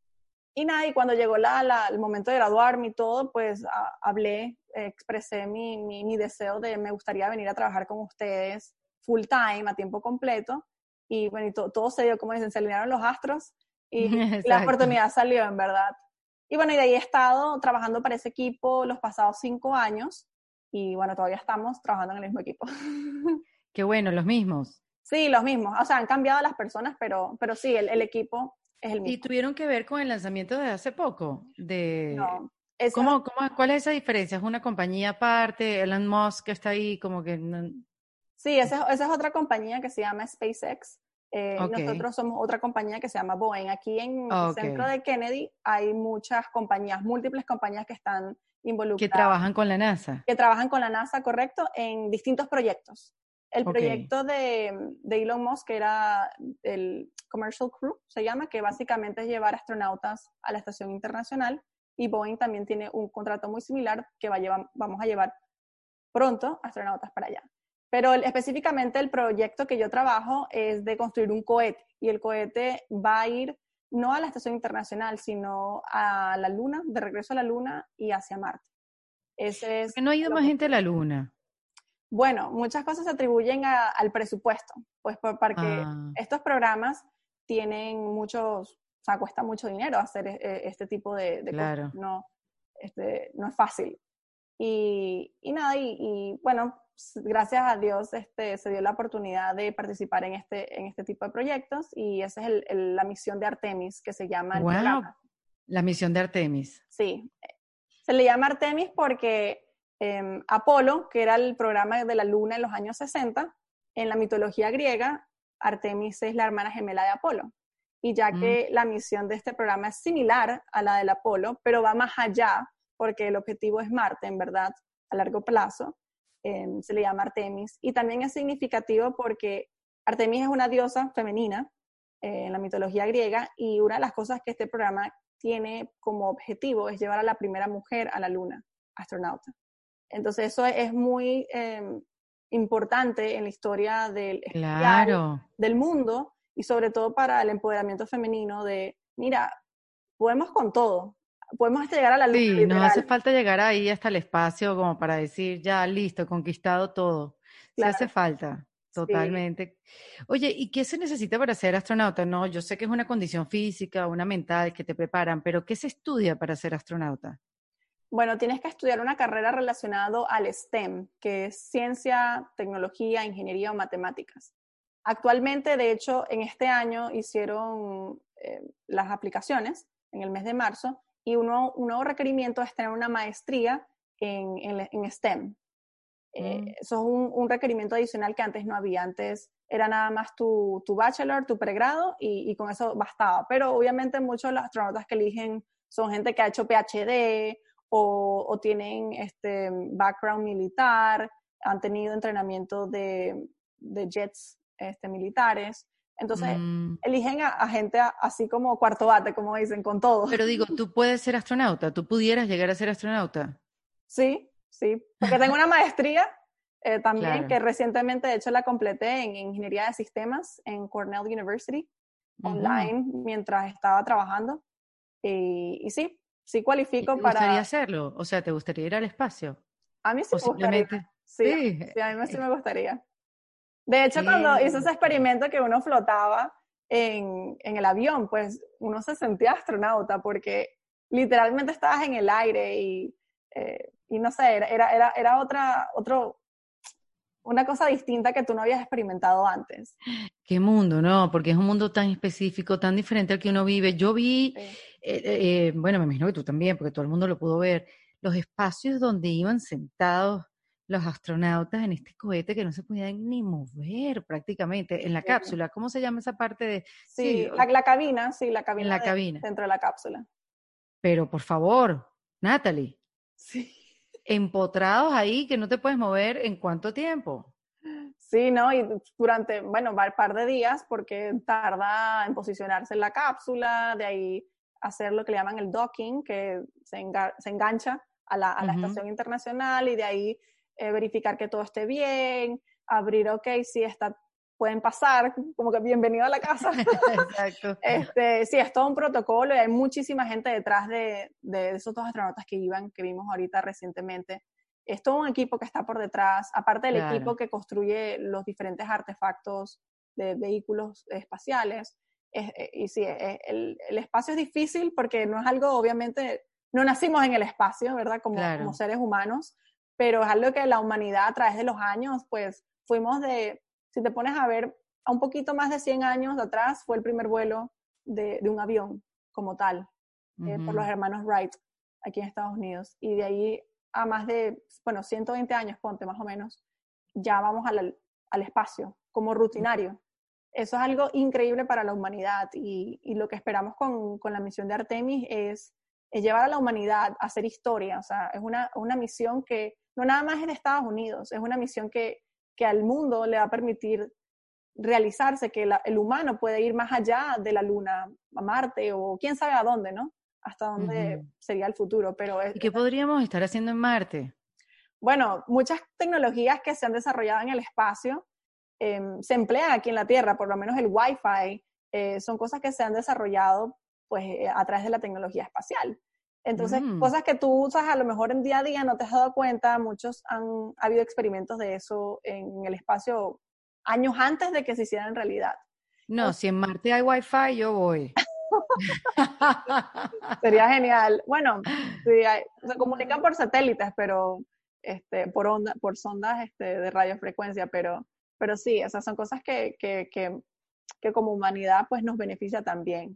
y nada, y cuando llegó la, la, el momento de graduarme y todo, pues a, hablé, eh, expresé mi, mi, mi deseo de me gustaría venir a trabajar con ustedes full time, a tiempo completo. Y bueno, y to, todo se dio, como dicen, se alinearon los astros y la oportunidad salió, en verdad. Y bueno, y de ahí he estado trabajando para ese equipo los pasados cinco años. Y bueno, todavía estamos trabajando en el mismo equipo. Qué bueno, los mismos. Sí, los mismos. O sea, han cambiado las personas, pero, pero sí, el, el equipo es el mismo. ¿Y tuvieron que ver con el lanzamiento de hace poco? De... No, esa, ¿Cómo, cómo, ¿Cuál es esa diferencia? ¿Es una compañía aparte? Elon Musk está ahí como que... No... Sí, esa, esa es otra compañía que se llama SpaceX. Eh, Okay. Nosotros somos otra compañía que se llama Boeing. Aquí en Okay. el centro de Kennedy hay muchas compañías, múltiples compañías que están involucradas. Que trabajan con la NASA. Que trabajan con la NASA, correcto, en distintos proyectos. El okay. proyecto de, de Elon Musk, que era el Commercial Crew, se llama, que básicamente es llevar astronautas a la Estación Internacional, y Boeing también tiene un contrato muy similar que va a llevar, vamos a llevar pronto astronautas para allá. Pero el, específicamente el proyecto que yo trabajo es de construir un cohete, y el cohete va a ir no a la Estación Internacional, sino a la Luna, de regreso a la Luna y hacia Marte. Ese es ¿Por qué no ha ido más gente a la Luna? Bueno, muchas cosas se atribuyen a, al presupuesto, pues por, porque ah. estos programas tienen muchos, o sea, cuesta mucho dinero hacer eh, este tipo de, de claro. cosas, no, este, no es fácil. Y, y nada, y, y bueno, gracias a Dios este, se dio la oportunidad de participar en este, en este tipo de proyectos, y esa es el, el, la misión de Artemis, que se llama el wow. programa. La misión de Artemis. Sí, se le llama Artemis porque eh, Apolo, que era el programa de la Luna en los años sesenta, en la mitología griega, Artemis es la hermana gemela de Apolo. Y ya mm. que la misión de este programa es similar a la del Apolo, pero va más allá, porque el objetivo es Marte, en verdad, a largo plazo, eh, se le llama Artemis. Y también es significativo porque Artemis es una diosa femenina eh, en la mitología griega, y una de las cosas que este programa tiene como objetivo es llevar a la primera mujer a la Luna, astronauta. Entonces eso es muy eh, importante en la historia del, claro. del mundo, y sobre todo para el empoderamiento femenino de, mira, podemos con todo, podemos hasta llegar a la Luna. Sí, literal. nos hace falta llegar ahí hasta el espacio como para decir, ya, listo, conquistado todo. Claro. Sí hace falta. Totalmente. Sí. Oye, ¿y qué se necesita para ser astronauta? No, yo sé que es una condición física, una mental que te preparan, pero ¿qué se estudia para ser astronauta? Bueno, tienes que estudiar una carrera relacionada al STEM, que es ciencia, tecnología, ingeniería o matemáticas. Actualmente, de hecho, en este año hicieron eh, las aplicaciones en el mes de marzo, y uno, un nuevo requerimiento es tener una maestría en, en, en STEM. Eh, mm. Eso es un, un requerimiento adicional que antes no había. Antes era nada más tu, tu bachelor, tu pregrado, y, y con eso bastaba. Pero obviamente muchos de los astronautas que eligen son gente que ha hecho P H D o, o tienen este background militar, han tenido entrenamiento de, de jets este, militares. Entonces mm. eligen a, a gente a, así como cuarto bate, como dicen, con todo. Pero digo, ¿tú puedes ser astronauta? ¿Tú pudieras llegar a ser astronauta? Sí. Sí, porque tengo una maestría eh, también, Claro. que recientemente de hecho la completé en Ingeniería de Sistemas en Cornell University, Ujú. online, mientras estaba trabajando. Y, y sí, sí ¿Y cualifico te gustaría para... hacerlo? O sea, ¿te gustaría ir al espacio? A mí sí O me gustaría, simplemente, sí, sí, sí, a mí sí eh, me gustaría. De hecho, cuando hice ese qué experimento que uno flotaba en, en el avión, pues uno se sentía astronauta porque literalmente estabas en el aire y, eh, y no sé, era, era, era, era otra, otro, una cosa distinta que tú no habías experimentado antes. qué mundo, ¿no? Porque es un mundo tan específico, tan diferente al que uno vive. Yo vi, Sí, eh, eh, eh, bueno, me imagino que tú también, porque todo el mundo lo pudo ver, los espacios donde iban sentados los astronautas en este cohete que no se podían ni mover prácticamente, en la sí. cápsula. ¿Cómo se llama esa parte de, sí, Sí, la, la cabina, sí, la en cabina la de, cabina? dentro de la cápsula. Pero por favor, Natalie, Sí. empotrados ahí que no te puedes mover ¿en cuánto tiempo? Sí, ¿no? Y durante, bueno, un par de días, porque tarda en posicionarse en la cápsula, de ahí hacer lo que le llaman el docking, que se, enga se engancha a la, a la Ujú. estación internacional, y de ahí eh, verificar que todo esté bien, abrir, ok, sí, está, pueden pasar, como que bienvenido a la casa. Exacto. Este, sí, es todo un protocolo y hay muchísima gente detrás de, de esos dos astronautas que iban, que vimos ahorita recientemente. Es todo un equipo que está por detrás, aparte del Claro. equipo que construye los diferentes artefactos de vehículos espaciales. Es, y sí, es, el, el espacio es difícil porque no es algo, obviamente, no nacimos en el espacio, ¿verdad? Como, como Claro. seres humanos, pero es algo que la humanidad a través de los años, pues fuimos de, si te pones a ver, a un poquito más de cien años atrás fue el primer vuelo de, de un avión como tal, eh, por los Ujú. hermanos Wright aquí en Estados Unidos. Y de ahí a más de, bueno, ciento veinte años, ponte más o menos, ya vamos al, al espacio como rutinario. Eso es algo increíble para la humanidad y, y lo que esperamos con, con, la misión de Artemis es, es llevar a la humanidad a hacer historia. O sea, es una, una misión que no nada más es de Estados Unidos, es una misión que, que al mundo le va a permitir realizarse, que la, el humano puede ir más allá de la Luna, a Marte o quién sabe a dónde, ¿no? Hasta dónde Ujú. sería el futuro. Pero es, ¿Y qué es, podríamos estar haciendo en Marte? bueno, muchas tecnologías que se han desarrollado en el espacio eh, se emplean aquí en la Tierra, por lo menos el Wi-Fi, eh, son cosas que se han desarrollado pues, eh, a través de la tecnología espacial. Entonces, Mm. cosas que tú usas a lo mejor en día a día no te has dado cuenta, muchos han ha habido experimentos de eso en el espacio años antes de que se hiciera en realidad. No, si en Marte hay Wi-Fi, yo voy. Sería genial. Bueno, sí, hay, se comunican por satélites, pero este, por onda, por sondas este, de radiofrecuencia, pero, pero sí, esas son cosas que, que, que, que como humanidad pues nos beneficia también.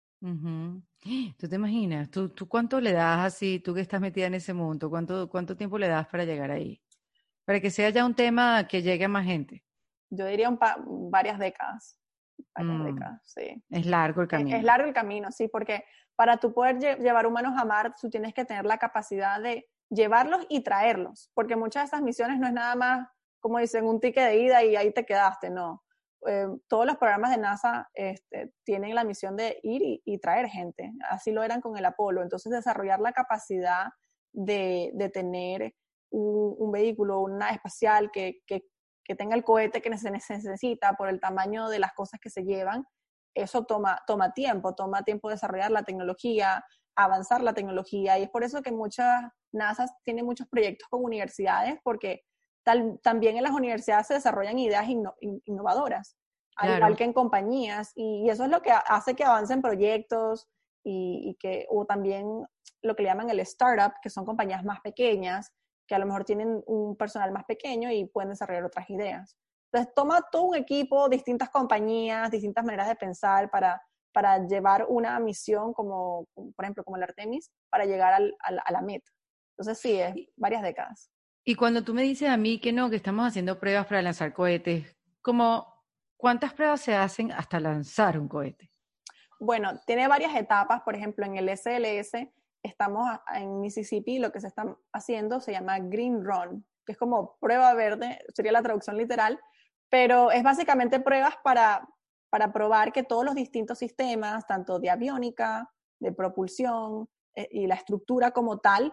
Ujú. ¿Tú te imaginas? ¿Tú, tú cuánto le das así, tú que estás metida en ese mundo, cuánto, cuánto tiempo le das para llegar ahí? Para que sea ya un tema que llegue a más gente. Yo diría un pa varias décadas, varias Mm. décadas, sí. Es largo el Es, es camino. largo el camino, sí, porque para tú poder lle llevar humanos a Marte, tú tienes que tener la capacidad de llevarlos y traerlos, porque muchas de estas misiones no es nada más, como dicen, un ticket de ida y ahí te quedaste, no. Eh, todos los programas de NASA este, tienen la misión de ir y, y, traer gente, así lo eran con el Apolo, entonces desarrollar la capacidad de, de tener un, un, vehículo, una nave espacial que, que, que tenga el cohete que se necesita por el tamaño de las cosas que se llevan, eso toma, toma tiempo, toma tiempo desarrollar la tecnología, avanzar la tecnología, y es por eso que muchas NASA tienen muchos proyectos con universidades, porque tal, también en las universidades se desarrollan ideas inno, innovadoras, al Claro. igual que en compañías, y, y eso es lo que hace que avancen proyectos, y, y que, o también lo que le llaman el startup, que son compañías más pequeñas, que a lo mejor tienen un personal más pequeño y pueden desarrollar otras ideas. Entonces, toma todo un equipo, distintas compañías, distintas maneras de pensar para, para llevar una misión como, como, por ejemplo, como el Artemis, para llegar al, al, a la meta. Entonces, sí, es varias décadas. Y cuando tú me dices a mí que no, que estamos haciendo pruebas para lanzar cohetes, como, ¿cuántas pruebas se hacen hasta lanzar un cohete? Bueno, tiene varias etapas. Por ejemplo, en el S L S estamos en Mississippi, lo que se está haciendo se llama Green Run, que es como prueba verde, sería la traducción literal, pero es básicamente pruebas para, para probar que todos los distintos sistemas, tanto de aviónica, de propulsión eh, y la estructura como tal,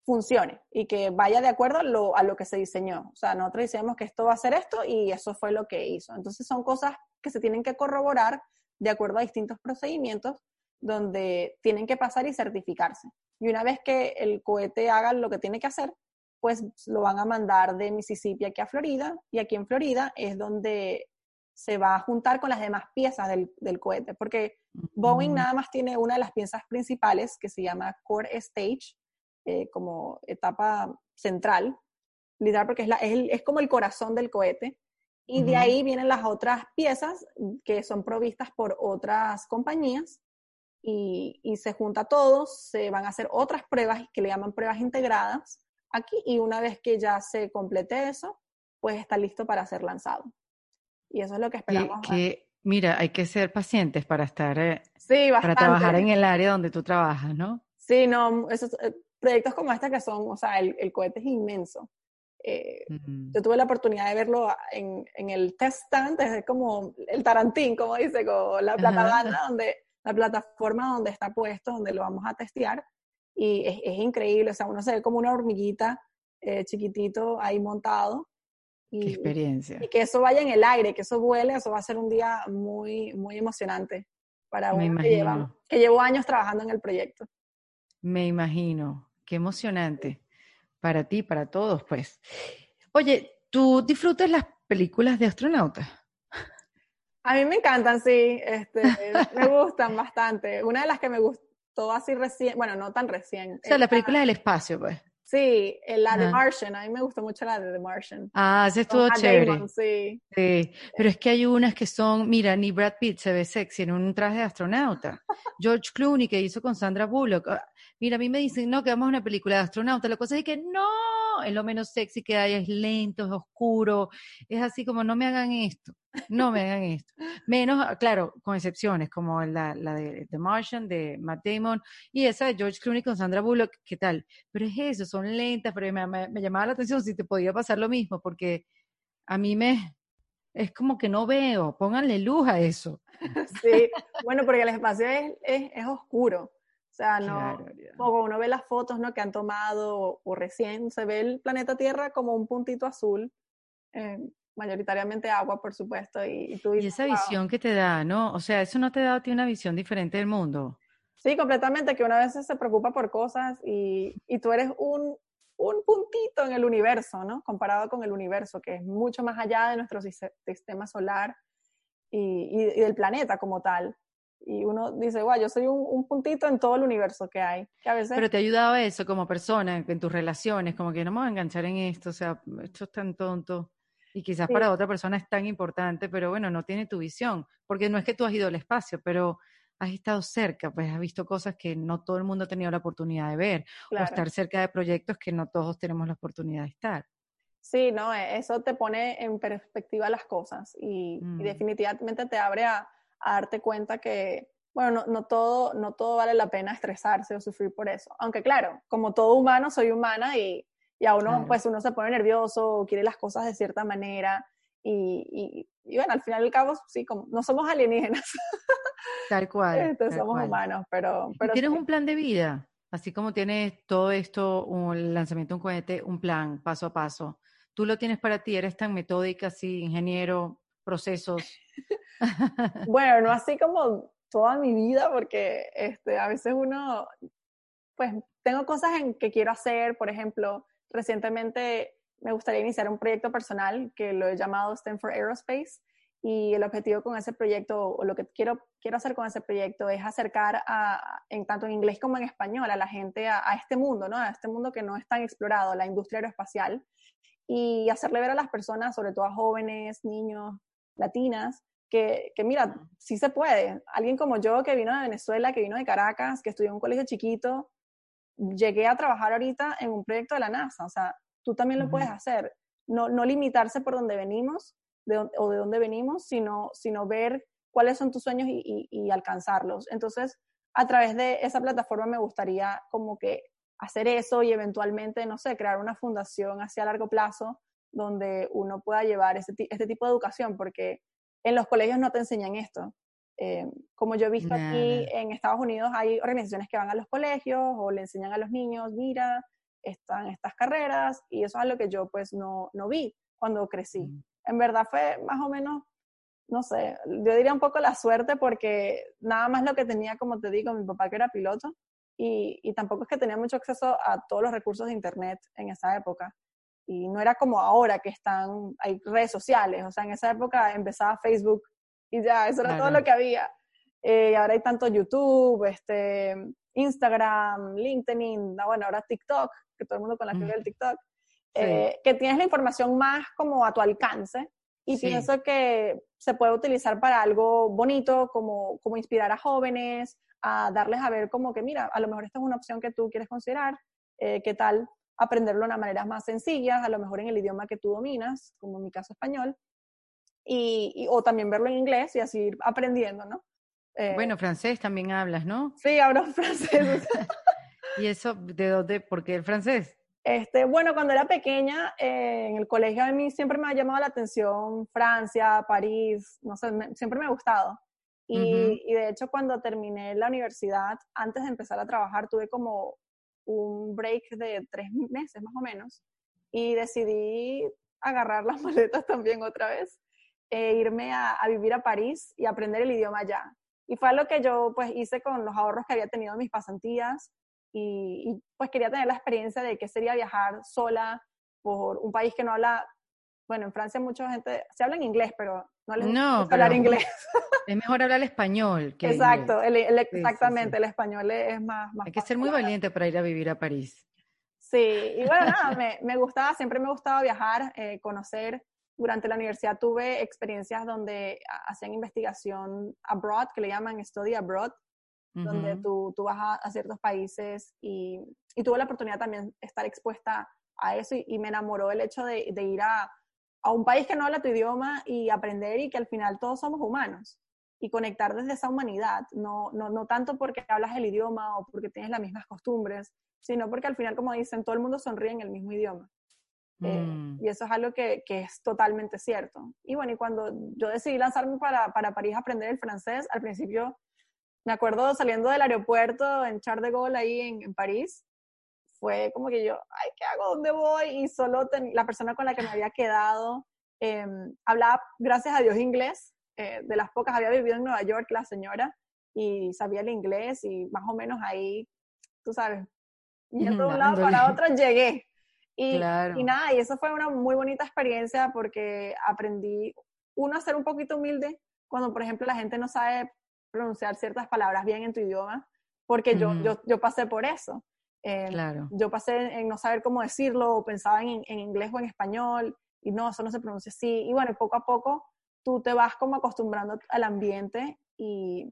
funcione y que vaya de acuerdo a lo, a lo que se diseñó. O sea, nosotros decíamos que esto va a hacer esto y eso fue lo que hizo. Entonces son cosas que se tienen que corroborar de acuerdo a distintos procedimientos donde tienen que pasar y certificarse. Y una vez que el cohete haga lo que tiene que hacer, pues lo van a mandar de Mississippi aquí a Florida, y aquí en Florida es donde se va a juntar con las demás piezas del, del cohete, porque Boeing nada más tiene una de las piezas principales que se llama Core Stage, eh, como etapa central, literal, porque es, la, es, el, es como el corazón del cohete, y de ahí vienen las otras piezas que son provistas por otras compañías, y, y se junta todo, se van a hacer otras pruebas que le llaman pruebas integradas aquí, y una vez que ya se complete eso, pues está listo para ser lanzado. Y eso es lo que esperamos. Que, que mira, hay que ser pacientes para estar, eh, sí, para trabajar en el área donde tú trabajas, ¿no? Sí, no, esos eh, proyectos como este que son, o sea, el, el cohete es inmenso. Eh, uh-huh. Yo tuve la oportunidad de verlo en, en el test stand, es como el Tarantín, como dice, con la plataforma uh-huh. donde, la plataforma donde está puesto, donde lo vamos a testear, y es, es increíble, o sea, uno se ve como una hormiguita eh, chiquitito ahí montado. Y, Qué experiencia. Y que eso vaya en el aire, que eso vuele, eso va a ser un día muy, muy emocionante para Me uno que, lleva, que llevo años trabajando en el proyecto. Me imagino, qué emocionante para ti, para todos, pues. Oye, ¿tú disfrutas las películas de astronautas? A mí me encantan, sí, este, me gustan bastante. Una de las que me gustó así recién, bueno, no tan recién. O sea, las películas del espacio, pues. Sí, la de Martian, a mí me gustó mucho la de The Martian. Ah, ese estuvo chévere. Damon, sí. Sí, pero es que hay unas que son, mira, ni Brad Pitt se ve sexy en un traje de astronauta. George Clooney, que hizo con Sandra Bullock. Mira, a mí me dicen, no, que vamos a una película de astronauta. La cosa es que no, es lo menos sexy que hay, es lento, es oscuro. Es así como, no me hagan esto, no me hagan esto. Menos, claro, con excepciones, como la, la de The Martian, de Matt Damon, y esa de George Clooney con Sandra Bullock, ¿qué tal? Pero es eso, son lentas, pero me, me, me llamaba la atención si te podía pasar lo mismo, porque a mí me... Es como que no veo, pónganle luz a eso. Sí, bueno, porque el espacio es, es, es oscuro. O sea, no, como uno ve las fotos, ¿no?, que han tomado o, o recién, se ve el planeta Tierra como un puntito azul, eh, mayoritariamente agua, por supuesto. Y, y, tú y esa visión wow. que te da, ¿no? O sea, ¿eso no te da a ti una visión diferente del mundo? Sí, completamente, que una vez se preocupa por cosas y, y tú eres un, un puntito en el universo, ¿no? Comparado con el universo, que es mucho más allá de nuestro sistema solar y, y, y del planeta como tal. Y uno dice, guau, yo soy un, un puntito en todo el universo que hay. Que a veces... Pero te ha ayudado eso como persona, en tus relaciones, como que no me voy a enganchar en esto, o sea, esto es tan tonto. Y quizás sí. para otra persona es tan importante, pero bueno, no tiene tu visión. Porque no es que tú has ido al espacio, pero has estado cerca, pues has visto cosas que no todo el mundo ha tenido la oportunidad de ver, claro. o estar cerca de proyectos que no todos tenemos la oportunidad de estar. Sí, no, eso te pone en perspectiva las cosas y, mm. y definitivamente te abre a, a darte cuenta que, bueno, no, no, todo, no todo vale la pena estresarse o sufrir por eso. Aunque claro, como todo humano, soy humana y, y a uno, claro. pues uno se pone nervioso o quiere las cosas de cierta manera y, y, y bueno, al final y al cabo, sí, como, no somos alienígenas. Tal cual. Este, tal somos cual. humanos, pero... pero ¿Tienes sí. un plan de vida? Así como tienes todo esto, un lanzamiento de un cohete, un plan, paso a paso. ¿Tú lo tienes para ti? ¿Eres tan metódica, así, ingeniero, procesos? Bueno, no así como toda mi vida, porque este, a veces uno, pues, tengo cosas en que quiero hacer. Por ejemplo, recientemente me gustaría iniciar un proyecto personal que lo he llamado Stanford Aerospace, y el objetivo con ese proyecto, o lo que quiero, quiero hacer con ese proyecto, es acercar a, en tanto en inglés como en español, a la gente a, a este mundo, ¿no? A este mundo que no es tan explorado, la industria aeroespacial, y hacerle ver a las personas, sobre todo a jóvenes, niños, latinas, que, que mira, sí se puede. Alguien como yo, que vino de Venezuela, que vino de Caracas, que estudió en un colegio chiquito, llegué a trabajar ahorita en un proyecto de la NASA. O sea, tú también lo uh-huh. puedes hacer. No, no limitarse por donde venimos, de, o de dónde venimos, sino, sino ver cuáles son tus sueños y, y, y alcanzarlos. Entonces, a través de esa plataforma me gustaría como que hacer eso y eventualmente, no sé, crear una fundación hacia largo plazo donde uno pueda llevar este, este tipo de educación, porque en los colegios no te enseñan esto. Eh, como yo he visto nah. aquí en Estados Unidos, hay organizaciones que van a los colegios o le enseñan a los niños, mira, están estas carreras, y eso es algo que yo pues no, no vi cuando crecí. Mm. En verdad fue más o menos, no sé, yo diría un poco la suerte, porque nada más lo que tenía, como te digo, mi papá que era piloto, y, y tampoco es que tenía mucho acceso a todos los recursos de internet en esa época. Y no era como ahora que están, hay redes sociales, o sea, en esa época empezaba Facebook y ya, eso era Claro. todo lo que había. Eh, ahora hay tanto YouTube, este, Instagram, LinkedIn, no, bueno, ahora TikTok, que todo el mundo con la fiebre del TikTok, Sí. eh, que tienes la información más como a tu alcance, y Sí. pienso que se puede utilizar para algo bonito, como, como inspirar a jóvenes, a darles a ver como que, mira, a lo mejor esta es una opción que tú quieres considerar, eh, ¿qué tal aprenderlo de una manera más sencillas, a lo mejor en el idioma que tú dominas, como en mi caso español, y, y, o también verlo en inglés y así ir aprendiendo, ¿no? Eh, Bueno, francés también hablas, ¿no? sí, hablo francés. ¿Y eso de dónde? ¿Por qué el francés? Este, bueno, cuando era pequeña, eh, en el colegio a mí siempre me ha llamado la atención Francia, París, no sé, me, siempre me ha gustado. Y, Uh-huh. y de hecho, cuando terminé la universidad, antes de empezar a trabajar, tuve como un break de tres meses más o menos, y decidí agarrar las maletas también otra vez, e irme a, a vivir a París y aprender el idioma allá. Y fue lo que yo pues hice con los ahorros que había tenido en mis pasantías, y, y pues quería tener la experiencia de qué sería viajar sola por un país que no habla, bueno, en Francia mucha gente, se habla en inglés, pero no les No, gusta hablar pero inglés. es mejor hablar español que inglés. Exacto, el, el, Sí, sí, sí. exactamente, el español es más, más Hay que fácil ser de muy hablar. valiente para ir a vivir a París. Sí, y bueno, nada, me, me gustaba, siempre me ha gustado viajar, eh, conocer. Durante la universidad tuve experiencias donde hacían investigación abroad, que le llaman study abroad, donde Uh-huh. tú, tú vas a, a ciertos países, y, y tuve la oportunidad también de estar expuesta a eso, y, y me enamoró el hecho de, de ir a, a un país que no habla tu idioma y aprender, y que al final todos somos humanos, y conectar desde esa humanidad, no, no, no tanto porque hablas el idioma o porque tienes las mismas costumbres, sino porque al final, como dicen, todo el mundo sonríe en el mismo idioma. Eh, Mm. y eso es algo que, que es totalmente cierto. Y bueno, y cuando yo decidí lanzarme para, para París a aprender el francés, al principio me acuerdo saliendo del aeropuerto en Charles de Gaulle ahí en, en París, fue como que yo, ay, ¿qué hago? ¿Dónde voy? Y solo ten, la persona con la que me había quedado eh, hablaba, gracias a Dios, inglés. Eh, de las pocas, había vivido en Nueva York la señora, y sabía el inglés, y más o menos ahí, tú sabes, yendo de un lado Dándole. para otro, llegué. Y, y Claro. nada, y eso fue una muy bonita experiencia, porque aprendí, uno, a ser un poquito humilde cuando, por ejemplo, la gente no sabe pronunciar ciertas palabras bien en tu idioma, porque yo, Uh-huh. yo, yo pasé por eso. Eh, Claro. yo pasé en no saber cómo decirlo, o pensaba en, en inglés o en español, y no, eso no se pronuncia así. Y bueno, poco a poco tú te vas como acostumbrando al ambiente, y,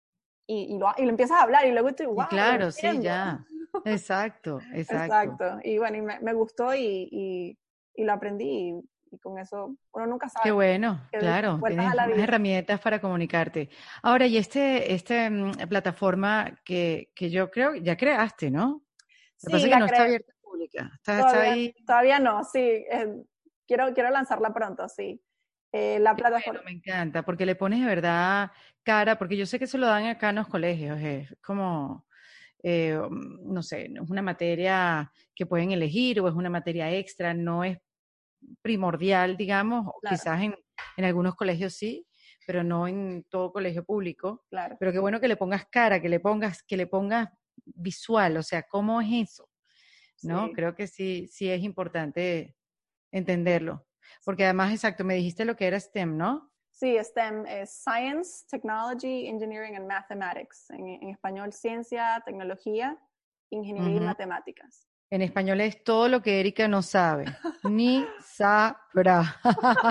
y, y, lo, y lo empiezas a hablar, y luego tú, Y wow, lo claro, sí, entiendo. ya. Exacto, exacto. Exacto. Y bueno, y me, me gustó, y, y, y lo aprendí, y, y con eso uno nunca Qué sabe bueno, qué, qué claro, puertas a tienes la más vida. herramientas para comunicarte. Ahora, y este, este mm, plataforma que, que yo creo ya creaste, ¿no? Lo que pasa Sí, es que la no está creé. abierta pública, está, está Todavía, ahí. todavía no, sí. Eh, quiero, quiero lanzarla pronto, sí. Eh, la Qué bueno, plataforma. me encanta, porque le pones de verdad cara, porque yo sé que se lo dan acá en los colegios, es como, eh, mm, no sé, no es una materia que pueden elegir o es una materia extra, no es primordial, digamos, o Claro, quizás en, en algunos colegios sí, pero no en todo colegio público. claro. Pero qué bueno que le pongas cara, que le pongas, que le pongas visual, o sea, ¿cómo es eso? ¿No? Sí. Creo que sí, sí es importante entenderlo. Porque además, exacto, me dijiste lo que era STEM, ¿no? Sí, STEM es Science, Technology, Engineering and Mathematics. En, en español, ciencia, tecnología, ingeniería y Ujú. matemáticas. En español es todo lo que Erika no sabe, ni sabrá.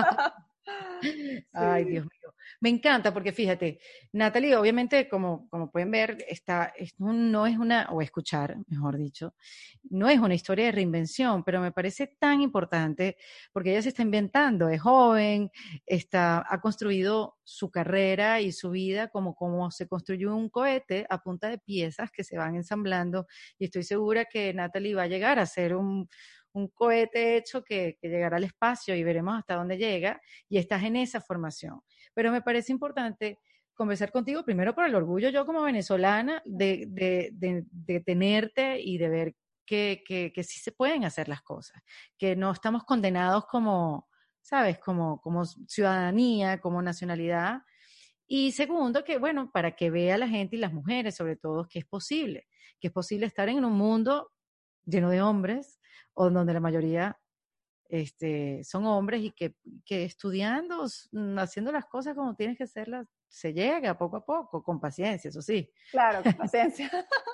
Ay, Sí. Dios mío. Me encanta porque fíjate, Natalie, obviamente, como, como pueden ver, está, es un- no es una, o escuchar, mejor dicho, no es una historia de reinvención, pero me parece tan importante porque ella se está inventando, es joven, está, ha construido su carrera y su vida como, como se construyó un cohete a punta de piezas que se van ensamblando, y estoy segura que Natalie va a llegar a ser un, un cohete hecho que, que llegará al espacio y veremos hasta dónde llega, y estás en esa formación. Pero me parece importante conversar contigo, primero por el orgullo yo como venezolana de, de, de, de tenerte y de ver que, que, que sí se pueden hacer las cosas, que no estamos condenados como, ¿sabes? Como, como ciudadanía, como nacionalidad. Y segundo, que bueno, para que vea la gente y las mujeres sobre todo que es posible, que es posible estar en un mundo lleno de hombres, o donde la mayoría este, son hombres y que, que estudiando, haciendo las cosas como tienes que hacerlas, se llega poco a poco, con paciencia, eso sí. Claro, con paciencia.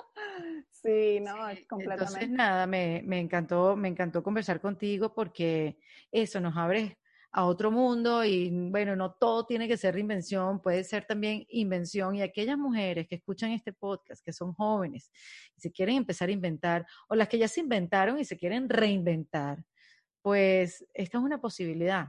Sí, no, Sí, entonces completamente. nada, me, me encantó, me encantó conversar contigo porque eso nos abre a otro mundo y bueno, no todo tiene que ser reinvención, puede ser también invención y aquellas mujeres que escuchan este podcast, que son jóvenes y se quieren empezar a inventar o las que ya se inventaron y se quieren reinventar, pues esta es una posibilidad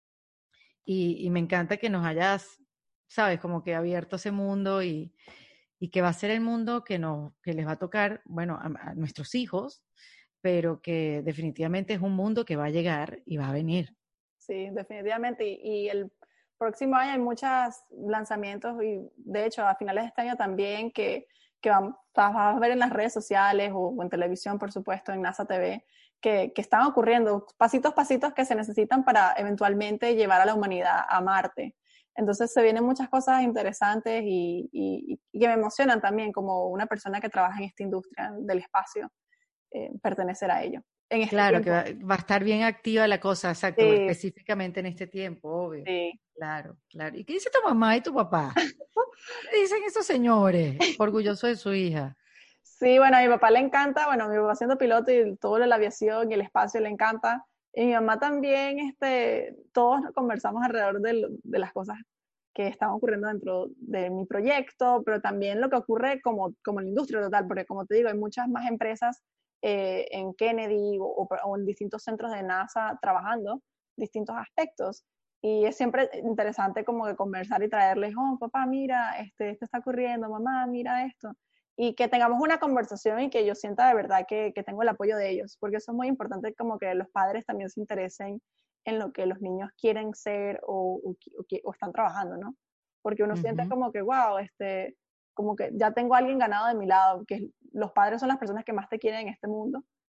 y, y me encanta que nos hayas, sabes, como que abierto ese mundo y, y que va a ser el mundo que, nos, que les va a tocar, bueno, a, a nuestros hijos, pero que definitivamente es un mundo que va a llegar y va a venir. Sí, definitivamente. Y, y el próximo año hay muchos lanzamientos y de hecho a finales de este año también que, que vam- vas a ver en las redes sociales o, o en televisión, por supuesto, en NASA T V, que, que están ocurriendo pasitos, pasitos que se necesitan para eventualmente llevar a la humanidad a Marte. Entonces se vienen muchas cosas interesantes y, y, y que me emocionan también como una persona que trabaja en esta industria del espacio, eh, pertenecer a ello en este Claro que va, tiempo. va a estar bien activa la cosa, exacto, Sí, específicamente en este tiempo, obvio. sí. Claro, claro. ¿Y qué dice tu mamá y tu papá? ¿Qué dicen esos señores? Orgulloso de su hija. Sí, bueno, a mi papá le encanta, bueno, mi papá siendo piloto y todo lo de la aviación y el espacio le encanta. Y mi mamá también, este, todos conversamos alrededor de, de las cosas que están ocurriendo dentro de mi proyecto, pero también lo que ocurre como, como en la industria total, porque como te digo, hay muchas más empresas eh, en Kennedy o, o en distintos centros de NASA trabajando distintos aspectos. Y es siempre interesante como que conversar y traerles, oh, papá, mira, este, esto está ocurriendo, mamá, mira esto y que tengamos una conversación y que yo sienta de verdad que, que tengo el apoyo de ellos, porque eso es muy importante como que los padres también se interesen en lo que los niños quieren ser o, o, o, o están trabajando, ¿no? Porque uno siente Ujú. como que, wow, este, como que ya tengo a alguien ganado de mi lado, que los padres son las personas que más te quieren en este mundo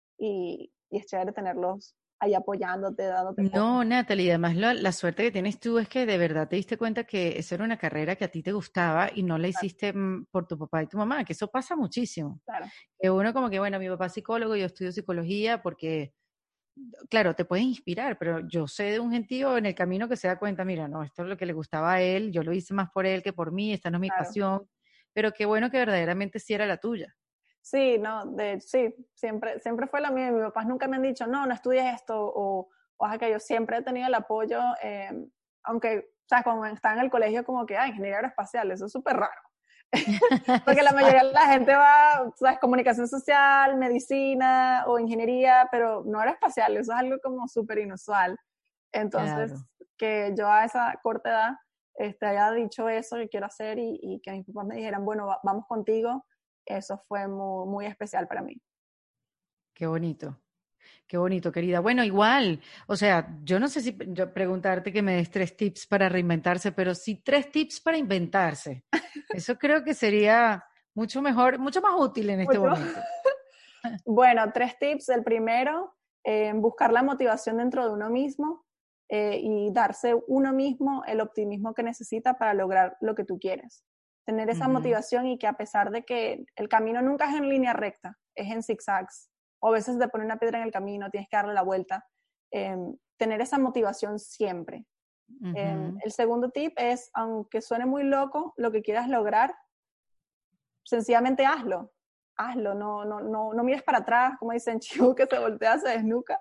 y, y es chévere tenerlos ahí apoyándote, dándote cosas. No, Natalie, además la, la suerte que tienes tú es que de verdad te diste cuenta que esa era una carrera que a ti te gustaba y no la Claro, hiciste mm, por tu papá y tu mamá, que eso pasa muchísimo. claro, Que uno como que, bueno, mi papá es psicólogo, yo estudio psicología porque, claro, te puedes inspirar, pero yo sé de un gentío en el camino que se da cuenta, mira, no, esto es lo que le gustaba a él, yo lo hice más por él que por mí, esta no es mi claro. pasión, pero qué bueno que verdaderamente sí era la tuya. Sí, no, de, sí, siempre, siempre fue la mía. Mis papás nunca me han dicho, no, no estudies esto o, o haz aquello. Siempre he tenido el apoyo, eh, aunque, o sea, cuando estaba en el colegio como que, ah, ingeniería aeroespacial, eso es súper raro. Porque la mayoría de Exacto, la gente va, sabes, comunicación social, medicina o ingeniería, pero no aeroespacial, eso es algo como súper inusual. Entonces, claro. que yo a esa corta edad este, haya dicho eso que quiero hacer y, y que mis papás me dijeran, bueno, va, vamos contigo, eso fue muy, muy especial para mí. Qué bonito. Qué bonito, querida. Bueno, igual, o sea, yo no sé si yo preguntarte que me des tres tips para reinventarse, pero sí tres tips para inventarse. Eso creo que sería mucho mejor, mucho más útil en este Mucho. momento. Bueno, tres tips. El primero, eh, buscar la motivación dentro de uno mismo eh, y darse uno mismo el optimismo que necesita para lograr lo que tú quieres. Tener esa Ujú, motivación y que a pesar de que el camino nunca es en línea recta, es en zigzags, o a veces te pone una piedra en el camino, tienes que darle la vuelta, eh, tener esa motivación siempre. Eh, ujú. el segundo tip es, aunque suene muy loco, lo que quieras lograr, sencillamente hazlo, hazlo, no, no, no, no mires para atrás, como dicen, chivo que se voltea, se desnuca.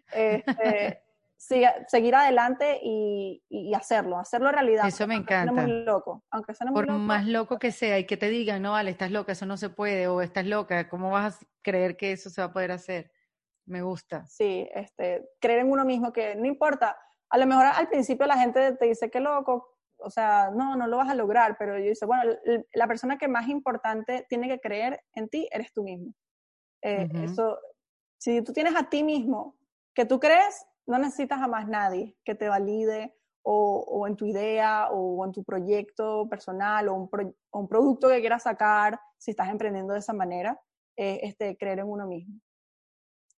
Este, siga, seguir adelante y, y, hacerlo, hacerlo realidad, Eso me aunque suene muy encanta. loco, aunque suene muy Por más loco, loco que sea y que te digan, no, vale, estás loca, eso no se puede, o estás loca, ¿cómo vas a creer que eso se va a poder hacer? Me gusta. sí, este, creer en uno mismo, que no importa, a lo mejor al principio la gente te dice que loco, o sea, no, no lo vas a lograr, pero yo dice, bueno, la persona que más importante tiene que creer en ti eres tú mismo. Eh, Ujú. eso, si tú tienes a ti mismo que tú crees, no necesitas a más nadie que te valide o, o en tu idea o en tu proyecto personal o un, pro, o un producto que quieras sacar, si estás emprendiendo de esa manera, eh, este, creer en uno mismo.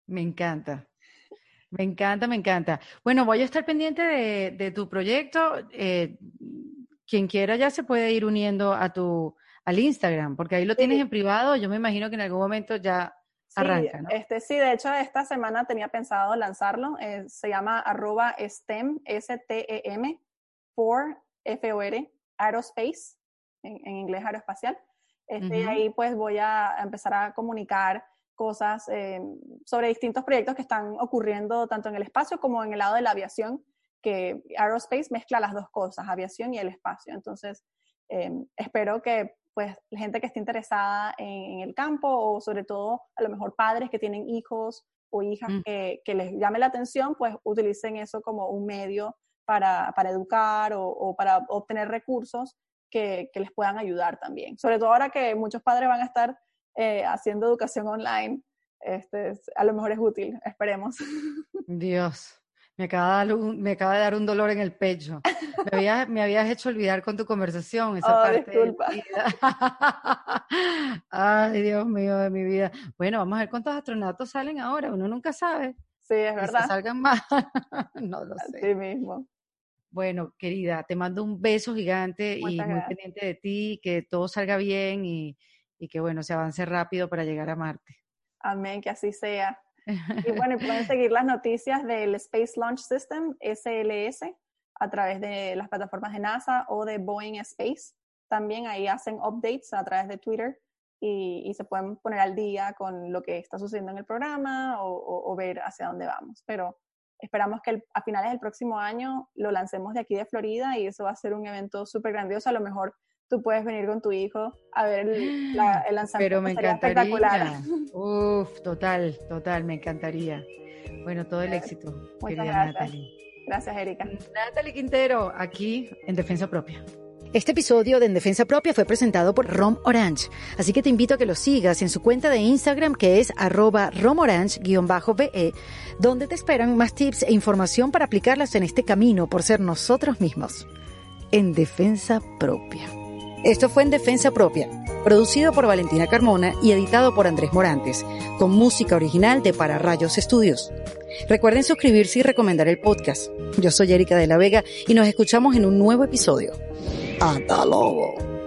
Me encanta. Me encanta, me encanta. Bueno, voy a estar pendiente de, de tu proyecto. Eh, quien quiera ya se puede ir uniendo a tu, al Instagram, porque ahí lo tienes Sí. en privado. Yo me imagino que en algún momento ya Sí, arranca, ¿no? este, sí, de hecho esta semana tenía pensado lanzarlo, eh, se llama arroba STEM, S T E M, for, F O R, Aerospace, en, en inglés aeroespacial. Este, Uh-huh. Ahí pues voy a empezar a comunicar cosas eh, sobre distintos proyectos que están ocurriendo tanto en el espacio como en el lado de la aviación, que Aerospace mezcla las dos cosas, aviación y el espacio. Entonces, eh, espero que pues la gente que esté interesada en, en el campo o sobre todo a lo mejor padres que tienen hijos o hijas Mm. que, que les llame la atención, pues utilicen eso como un medio para, para educar o, o para obtener recursos que, que les puedan ayudar también. Sobre todo ahora que muchos padres van a estar eh, haciendo educación online, este, a lo mejor es útil, esperemos. Dios, me acaba de dar un, me acaba de dar un dolor en el pecho. Me habías, me habías hecho olvidar con tu conversación esa Oh, parte de disculpa. mi vida. Ay, Dios mío, de mi vida. Bueno, vamos a ver cuántos astronautas salen ahora. Uno nunca sabe. Sí, es Quizás verdad. salgan más. No lo sé. Así mismo. Bueno, querida, te mando un beso gigante y Muchas muy gracias. pendiente de ti, que todo salga bien y, y que, bueno, se avance rápido para llegar a Marte. Amén, que así sea. Y bueno, y pueden seguir las noticias del Space Launch System, S L S, a través de las plataformas de NASA o de Boeing Space. También ahí hacen updates a través de Twitter y, y se pueden poner al día con lo que está sucediendo en el programa o, o, o ver hacia dónde vamos. Pero esperamos que el, a finales del próximo año lo lancemos de aquí de Florida y eso va a ser un evento súper grandioso. A lo mejor tú puedes venir con tu hijo a ver el, la, el lanzamiento. Pero me Sería espectacular. encantaría. Uf, total, total, me encantaría. Bueno, todo el éxito, Muchas querida gracias. Natalie. Gracias, Erika. Natalie Quintero, aquí en Defensa Propia. Este episodio de En Defensa Propia fue presentado por Rom Orange, así que te invito a que lo sigas en su cuenta de Instagram que es arroba romorange-be, donde te esperan más tips e información para aplicarlas en este camino por ser nosotros mismos. En Defensa Propia. Esto fue En Defensa Propia, producido por Valentina Carmona y editado por Andrés Morantes, con música original de Para Rayos Estudios. Recuerden suscribirse y recomendar el podcast. Yo soy Erika de la Vega y nos escuchamos en un nuevo episodio. ¡Hasta luego!